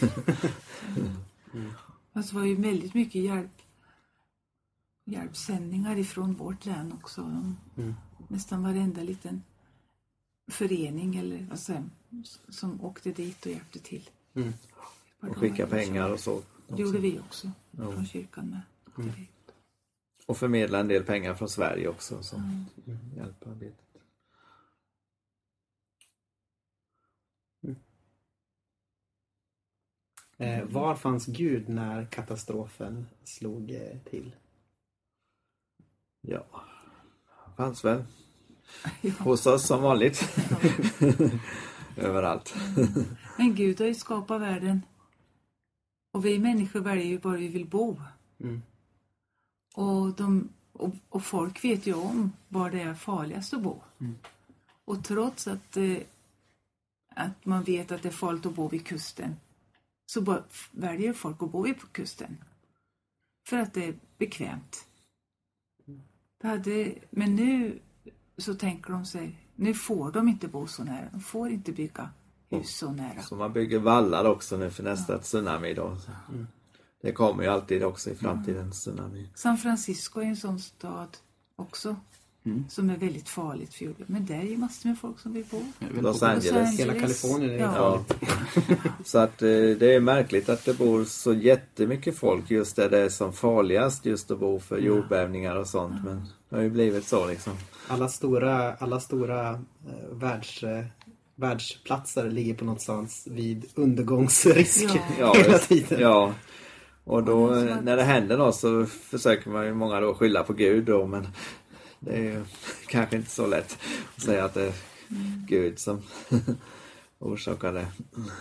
Mm. Alltså det var ju väldigt mycket hjälp, hjälpsändningar ifrån vårt län också. De, Mm. nästan varenda liten förening eller vad säger, som åkte dit och hjälpte till. Mm. Och skicka pengar och så. Det gjorde vi också Ja. från kyrkan med. Mm. Och förmedla en del pengar från Sverige också som Mm. hjälparbetet. Eh, var fanns Gud när katastrofen slog eh, till? Ja, fanns väl Ja. hos oss som vanligt. Överallt. Men Gud har ju skapat världen. Och vi människor väljer ju var vi vill bo. Mm. Och, de, och, och folk vet ju om var det är farligast att bo. Mm. Och trots att, eh, att man vet att det är farligt att bo vid kusten, så bara väljer folk att bo vid på kusten. För att det är bekvämt. Det hade, men nu så tänker de sig, nu får de inte bo så nära. De får inte bygga hus så nära. Så man bygger vallar också nu för nästa ja. tsunami då. Mm. Det kommer ju alltid också i framtiden mm. tsunami. San Francisco är en sån stad också. Mm. Som är väldigt farligt för jorden. Men det är ju massor med folk som vill bo. Los Angeles. Los Angeles. Hela Kalifornien är ja. farligt. Så att det är märkligt att det bor så jättemycket folk just där det är som farligast just att bo för jordbävningar och sånt. Ja. Men det har ju blivit så liksom. Alla stora, alla stora eh, världs, eh, världsplatser ligger på någonstans vid undergångsrisk ja. hela tiden. Ja. Och då när det händer något så försöker man ju många då skylla på Gud då, men det är ju kanske inte så lätt att säga att det är mm. Gud som orsakar det.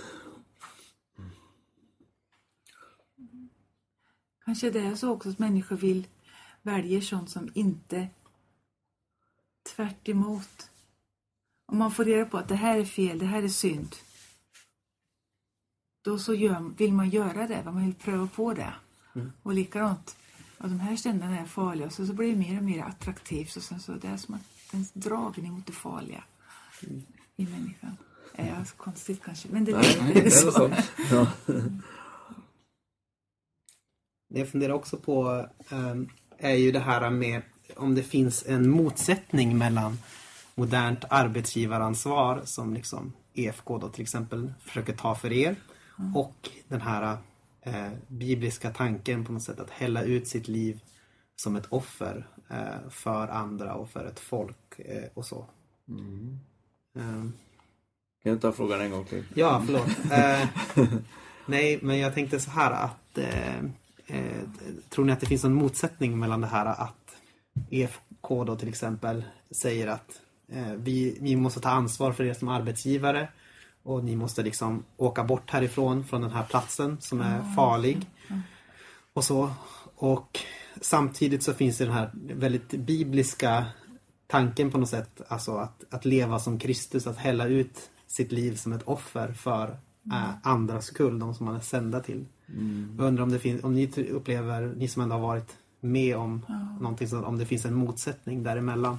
Kanske det är så också att människor vill välja sånt som inte tvärt emot. Om man får reda på att det här är fel, det här är synd, då så gör, vill man göra det, man vill pröva på det. Mm. Och likadant, och de här ständerna är farliga, så, så blir det mer och mer attraktivt. Och sen så det är som att en dragning mot det farliga mm. i människan. Är ja, så konstigt kanske, men det, nej, nej, det är så. så. Ja. Det jag funderar också på um, är ju det här med om det finns en motsättning mellan modernt arbetsgivaransvar som liksom E F K då till exempel försöker ta för er mm. och den här eh, bibliska tanken på något sätt att hälla ut sitt liv som ett offer eh, för andra och för ett folk eh, och så. Mm. Um, kan du ta frågan en gång till? Ja, förlåt. eh, nej, men jag tänkte så här att eh, eh, tror ni att det finns en motsättning mellan det här att E F K då till exempel säger att eh, vi, vi måste ta ansvar för er som arbetsgivare och ni måste liksom åka bort härifrån från den här platsen som är farlig och så, och samtidigt så finns det den här väldigt bibliska tanken på något sätt, alltså att, att leva som Kristus, att hälla ut sitt liv som ett offer för äh, andras skull, de som man är sända till. Mm. Jag undrar om det finns, om ni upplever, ni som ändå har varit med om ja. någonting, så om det finns en motsättning däremellan.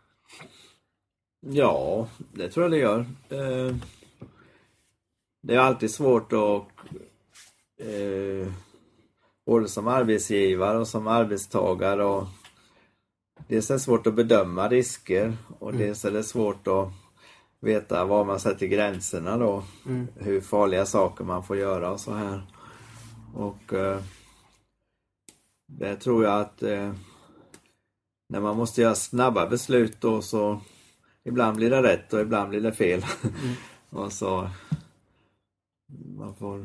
Ja, det tror jag det gör. Eh, det är alltid svårt att eh, både som arbetsgivare och som arbetstagare, och dels är det svårt att bedöma risker och mm. dels är det svårt att veta var man sätter gränserna då, mm. hur farliga saker man får göra och så här. Och eh, det tror jag att eh, när man måste göra snabba beslut då, så ibland blir det rätt och ibland blir det fel. Mm. Och så man får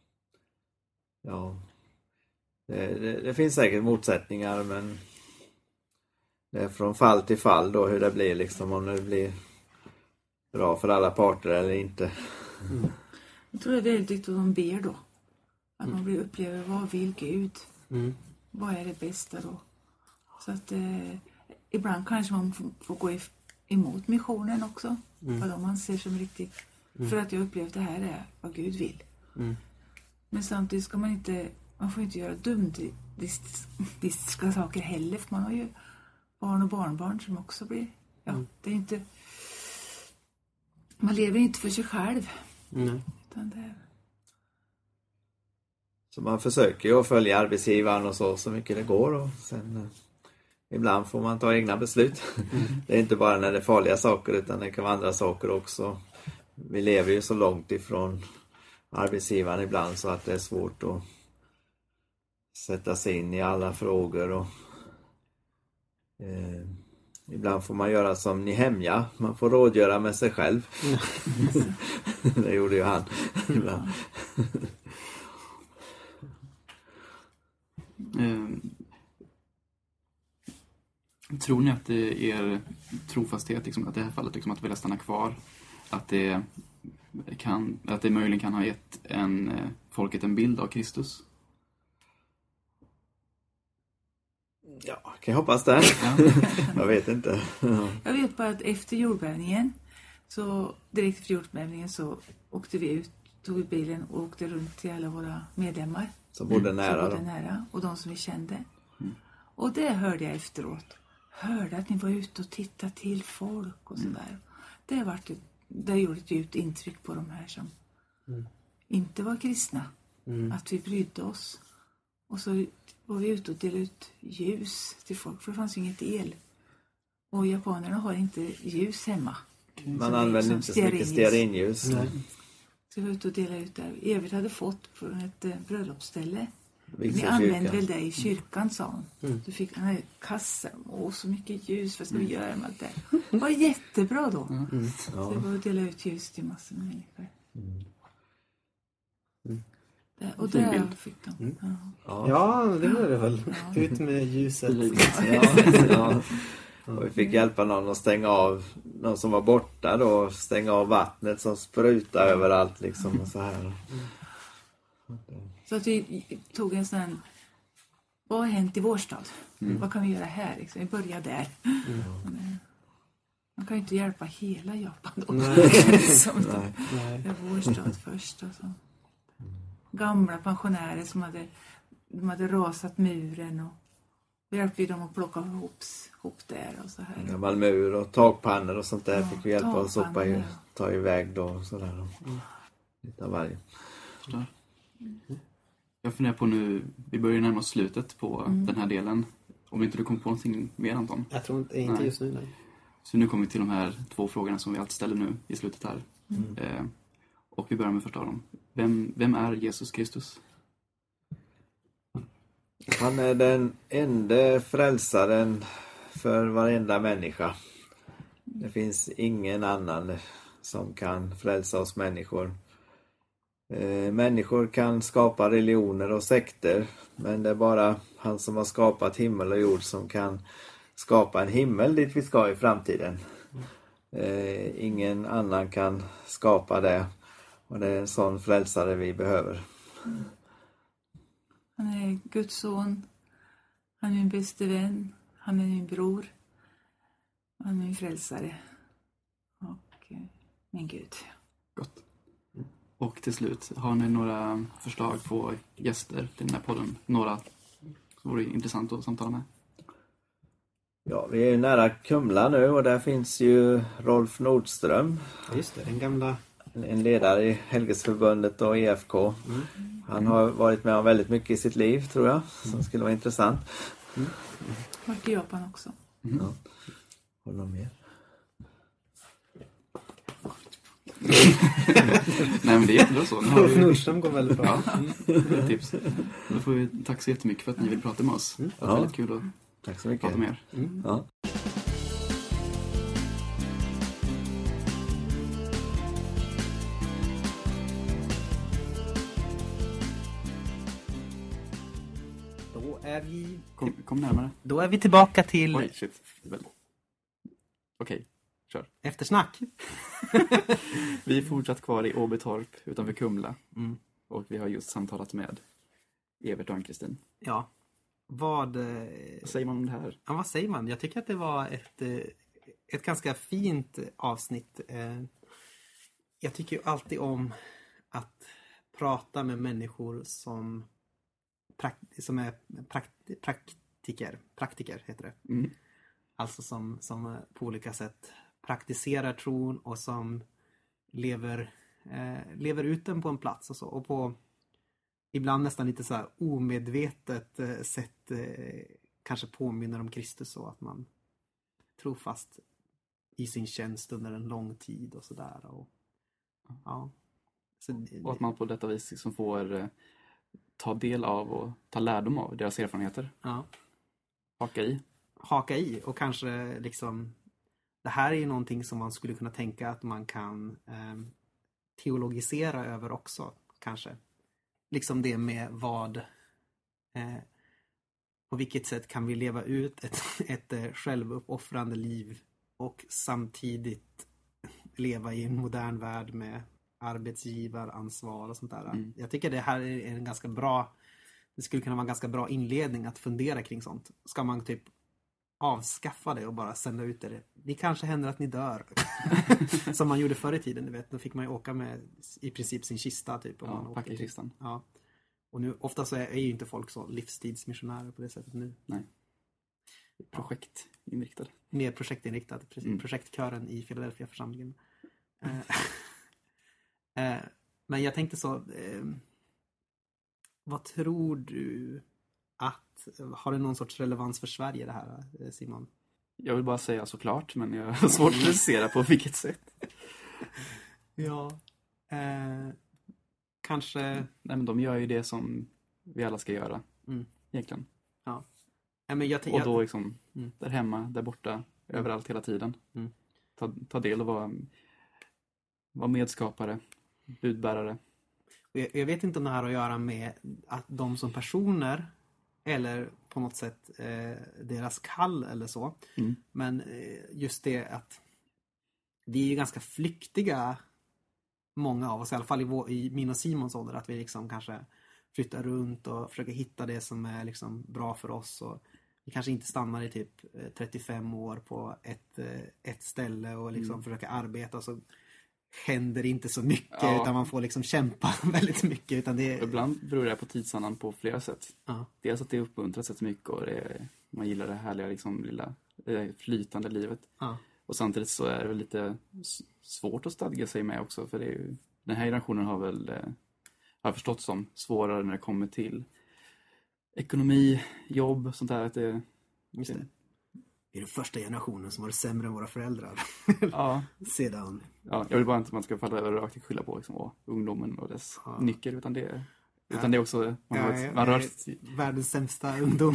ja det, det, det finns säkert motsättningar, men det är från fall till fall då hur det blir liksom, om det blir bra för alla parter eller inte. Mm. Jag tror det är väldigt viktigt att de ber då. Att man blir upplever, vad vill Gud? Mm. Vad är det bästa då? Så att eh, ibland kanske man får, får gå if- emot missionen också. Mm. Vad de anser som riktigt. Mm. För att jag upplevt det här är vad Gud vill. Mm. Men samtidigt ska man inte, man får inte göra dumdistiska saker heller. För man har ju barn och barnbarn som också blir, ja, mm. det är inte, man lever inte för sig själv. Mm. Utan det är... Så man försöker ju att följa arbetsgivaren och så, så mycket det går, och sen eh, ibland får man ta egna beslut. Mm. Det är inte bara när det är farliga saker, utan det kan vara andra saker också. Vi lever ju så långt ifrån arbetsgivaren ibland så att det är svårt att sätta sig in i alla frågor, och eh, ibland får man göra som Nehemja, man får rådgöra med sig själv. Mm. Det gjorde ju han ibland. Eh, tror ni att det är trofasthet, liksom, att i det här fallet liksom, att vilja stanna kvar, att det kan, att det möjligen kan ha gett en, folket en bild av Kristus? Ja, kan jag hoppas det. Jag vet inte. Ja. Jag vet bara att efter jordbävningen, så direkt efter jordbävningen så åkte vi ut, tog vi bilen och åkte runt till alla våra medlemmar. Som bodde nära. Som bodde nära och de som vi kände. Mm. Och det hörde jag efteråt. Hörde att ni var ute och tittade till folk och sådär. Mm. Det, var ett, det gjorde ett djupt intryck på de här som mm. inte var kristna. Mm. Att vi brydde oss. Och så var vi ute och delade ut ljus till folk. För det fanns ju inget el. Och japanerna har inte ljus hemma. Man använder inte så mycket stearinljus. Nej. Så vi var ute och delade ut där. Evert hade fått från ett eh, bröllopsställe. Vi använde väl det i kyrkan, sa hon. Mm. Du fick den här kassan. Åh, så mycket ljus. Vad ska vi mm. göra med allt det? Det var jättebra då. Mm. Mm. Så det var att dela ut ljus till massor med människor. Mm. Mm. Det, och där fick de. Mm. Ja. Ja. ja, det var det väl. Ja. Ut med ljuset. Ja, ja. Och vi fick hjälpa någon att stänga av, någon som var borta då, stänga av vattnet som sprutar mm. överallt liksom och så här. Mm. Så att vi tog en sån här, vad har hänt i vår stad? Mm. Vad kan vi göra här? Liksom? Vi börjar där. Mm. Man kan ju inte hjälpa hela Japan då. Nej. Som Nej. Det är vår stad först. Och så. Gamla pensionärer som hade, de hade rasat muren och vi hjälpte dem att plocka ihop, ihop där och så här. Gammal mur och takpannor och sånt där ja, fick vi hjälpa att sopa i, ta iväg då och sådär. Mm. Lite av varje. Förstår. Mm. Jag funderar på nu, vi börjar närma oss slutet på mm. den här delen. Om inte du kommer på någonting mer, Anton? Jag tror inte, inte just nu, nej. Så nu kommer vi till de här två frågorna som vi alltid ställer nu i slutet här. Mm. Eh, och vi börjar med första av dem. Vem, vem är Jesus Kristus? Han är den enda frälsaren för varenda människa. Det finns ingen annan som kan frälsa oss människor. Eh, människor kan skapa religioner och sekter, men det är bara han som har skapat himmel och jord som kan skapa en himmel dit vi ska i framtiden. Eh, ingen annan kan skapa det, och det är en sån frälsare vi behöver. Han är Guds son, han är min bäste vän, han är min bror, han är min frälsare och min Gud. Gott. Och till slut, har ni några förslag på gäster till den här podden? Några som vore intressant att samtala med? Ja, vi är nära Kumla nu och där finns ju Rolf Nordström. Just det, den gamla... En ledare i Helgesförbundet och E F K. Mm. Han har varit med om väldigt mycket i sitt liv, tror jag. Som mm. skulle vara intressant. Mm. Varit i Japan också. Mm. Ja. Håller med. Nej, men det är jättebra så. Rolf Nordström går väldigt bra. Ja, det är ett tips. Då får vi tack så jättemycket för att ni vill prata med oss. Mm. Det var ja. väldigt kul att tack så mycket. prata med er. Mm. Ja. Är vi... kom, kom närmare. Då är vi tillbaka till... Oj, shit. Okej, okay, kör. Eftersnack. Vi är fortsatt kvar i Åbytorp utanför Kumla. Mm. Och vi har just samtalat med Evert och Ann-Kristin. Ja. Vad... Vad säger man om det här? Ja, vad säger man? Jag tycker att det var ett, ett ganska fint avsnitt. Jag tycker ju alltid om att prata med människor som... som är prakt- praktiker, praktiker heter det. Mm. Alltså som, som på olika sätt praktiserar tron och som lever, eh, lever ut den på en plats och så. Och på ibland nästan lite så här omedvetet eh, sätt eh, kanske påminner om Kristus, så att man tror fast i sin tjänst under en lång tid och sådär. Och, ja. Så, och att man på detta vis liksom får... Eh, ta del av och ta lärdom av deras erfarenheter. Ja. Haka i. Haka i och kanske liksom... Det här är ju någonting som man skulle kunna tänka att man kan eh, teologisera över också, kanske. Liksom det med vad... Eh, på vilket sätt kan vi leva ut ett, ett, ett självuppoffrande liv och samtidigt leva i en modern värld med arbetsgivaransvar och sånt där. Mm. Jag tycker det här är en ganska bra det skulle kunna vara en ganska bra inledning att fundera kring sånt. Ska man typ avskaffa det och bara sända ut det? Det kanske händer att ni dör. Som man gjorde förr i tiden, du vet. Då fick man ju åka med i princip sin kista typ. Om Ja, man packa i åker, kistan. Ja. Och nu, ofta så är, är ju inte folk så livstidsmissionärer på det sättet nu. Nej. Projektinriktad. Mer projektinriktad, precis. Mm. Projektkören i Philadelphia-församlingen. eh, eh, men jag tänkte så, eh, vad tror du att, har det någon sorts relevans för Sverige det här, eh, Simon? Jag vill bara säga såklart, men jag har svårt att precisera på vilket sätt. Ja, eh, kanske... Nej, men de gör ju det som vi alla ska göra, Mm. egentligen. Ja. Nej, men jag, Och då liksom, Mm. där hemma, där borta, överallt hela tiden. Mm. Ta, ta del och vara, vara medskapare, budbärare. Och jag, jag vet inte om det här har att göra med att de som personer eller på något sätt eh, deras kall eller så. Mm. Men eh, just det att vi är ju ganska flyktiga, många av oss, i alla fall i, vår, i min och Simons ålder, att vi liksom kanske flyttar runt och försöker hitta det som är liksom bra för oss. Och vi kanske inte stannar i typ trettiofem år på ett, ett ställe och liksom Mm. försöker arbeta, så händer inte så mycket, Ja. utan man får liksom kämpa väldigt mycket. Utan det Och ibland beror det på tidsandan på flera sätt. Ja. Dels att det uppmuntras rätt mycket och det är, man gillar det härliga liksom, lilla det flytande livet. Ja. Och samtidigt så är det väl lite s- svårt att stadga sig med också, för det är ju, den här generationen har väl, eh, har förstått som svårare när det kommer till ekonomi, jobb, sånt där. Att det, Just det. Vi är den första generationen som har det sämre än våra föräldrar. ja, Sedan. ja, jag vill bara inte att man ska falla över rakt och skylla på liksom, åh, ungdomen och dess Ja. nycker, utan det, utan Ja. det är också, man, har Ja, ett, man jag rör är sig. världens sämsta ungdom.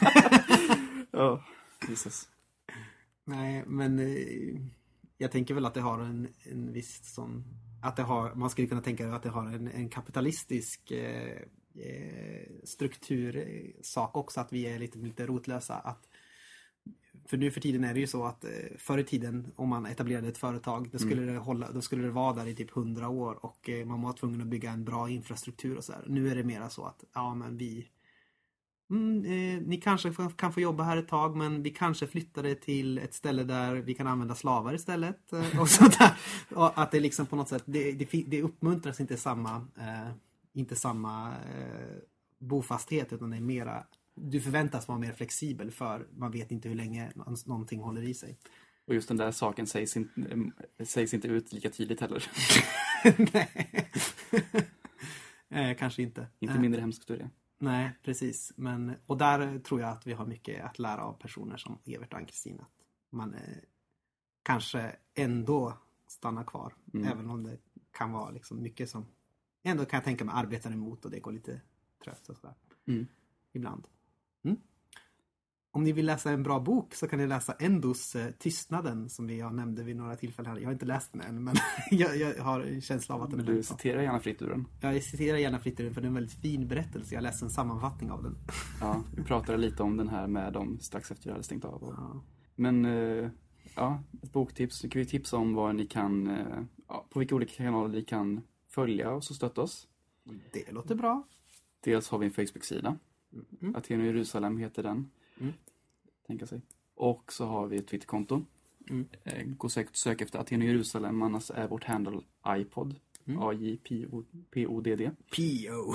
Ja, Jesus. Nej, men eh, jag tänker väl att det har en, en viss sån, att det har, man skulle kunna tänka att det har en, en kapitalistisk eh, eh, struktursak också, att vi är lite, lite rotlösa. Att, för nu för tiden är det ju så att eh, förr i tiden, om man etablerade ett företag, då skulle, Mm. det, hålla, då skulle det vara där i typ hundra år och eh, man var tvungen att bygga en bra infrastruktur och så här. Nu är det mera så att, ja men vi Mm, eh, ni kanske får, kan få jobba här ett tag, men vi kanske flyttar det till ett ställe där vi kan använda slavar istället. Eh, och sånt där. Och att det liksom på något sätt, det, det, det uppmuntras inte samma, eh, inte samma eh, bofasthet, utan det är mera, du förväntas vara mer flexibel, för man vet inte hur länge någonting håller i sig. Och just den där saken sägs inte, sägs inte ut lika tydligt heller. Nej. eh, kanske inte. Inte Eh, mindre hemskt för det. Nej, precis. Men, och där tror jag att vi har mycket att lära av personer som Evert och Ann-Kristin. Att man eh, kanske ändå stannar kvar. Mm. Även om det kan vara liksom mycket som ändå kan jag tänka mig arbetar emot och det går lite trött och sådär. Mm. Ibland. Mm. Om ni vill läsa en bra bok så kan ni läsa Endos eh, Tystnaden, som vi jag nämnde vid några tillfällen här. Jag har inte läst den än, men jag, jag har en känsla av att den är Men du väldigt bra. citerar gärna fritt ur den. Jag citerar gärna fritt ur den, för det är en väldigt fin berättelse. Jag läste en sammanfattning av den. Ja, vi pratade lite om den här med dem strax efter jag hade stängt av. Och... Ja. Men eh, ja, ett boktips. Nu kan vi tipsa om vad ni kan, eh, ja, på vilka olika kanaler ni kan följa oss och stötta oss. Det låter bra. Dels har vi en Facebook-sida. Mm. Aten och Jerusalem heter den. Mm. Tänka sig. Och så har vi ett Twitterkonto. Mm. Eh, gå säkert sök efter Aten och Jerusalem. Annars är vårt handle iPod. Mm. A J P O D D. P O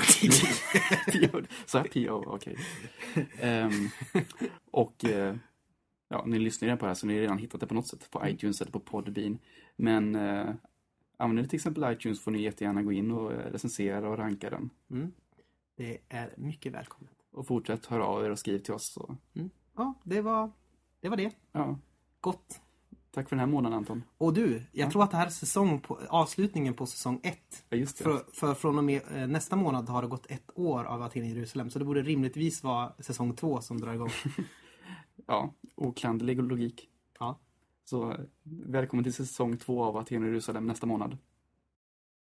Så här P O, okej. Ehm, och eh, ja, ni lyssnar redan på det här, så ni har redan hittat det på något sätt. På iTunes eller på Podbean. Men eh, använder ni till exempel iTunes får ni jättegärna gå in och eh, recensera och ranka den. Mm. Det är mycket välkommet. Och fortsätt höra av er och skriv till oss. Så. Mm. Ja, det var det. Var det. Ja, Gott. tack för den här månaden, Anton. Och du, jag Ja. tror att det här är säsong på, avslutningen på säsong ett. Ja, just det. För, för från och med eh, nästa månad har det gått ett år av Aten i Jerusalem. Så det borde rimligtvis vara säsong två som drar igång. Ja, oklanderlig logik. Ja. Så eh, välkommen till säsong två av Aten och Jerusalem nästa månad.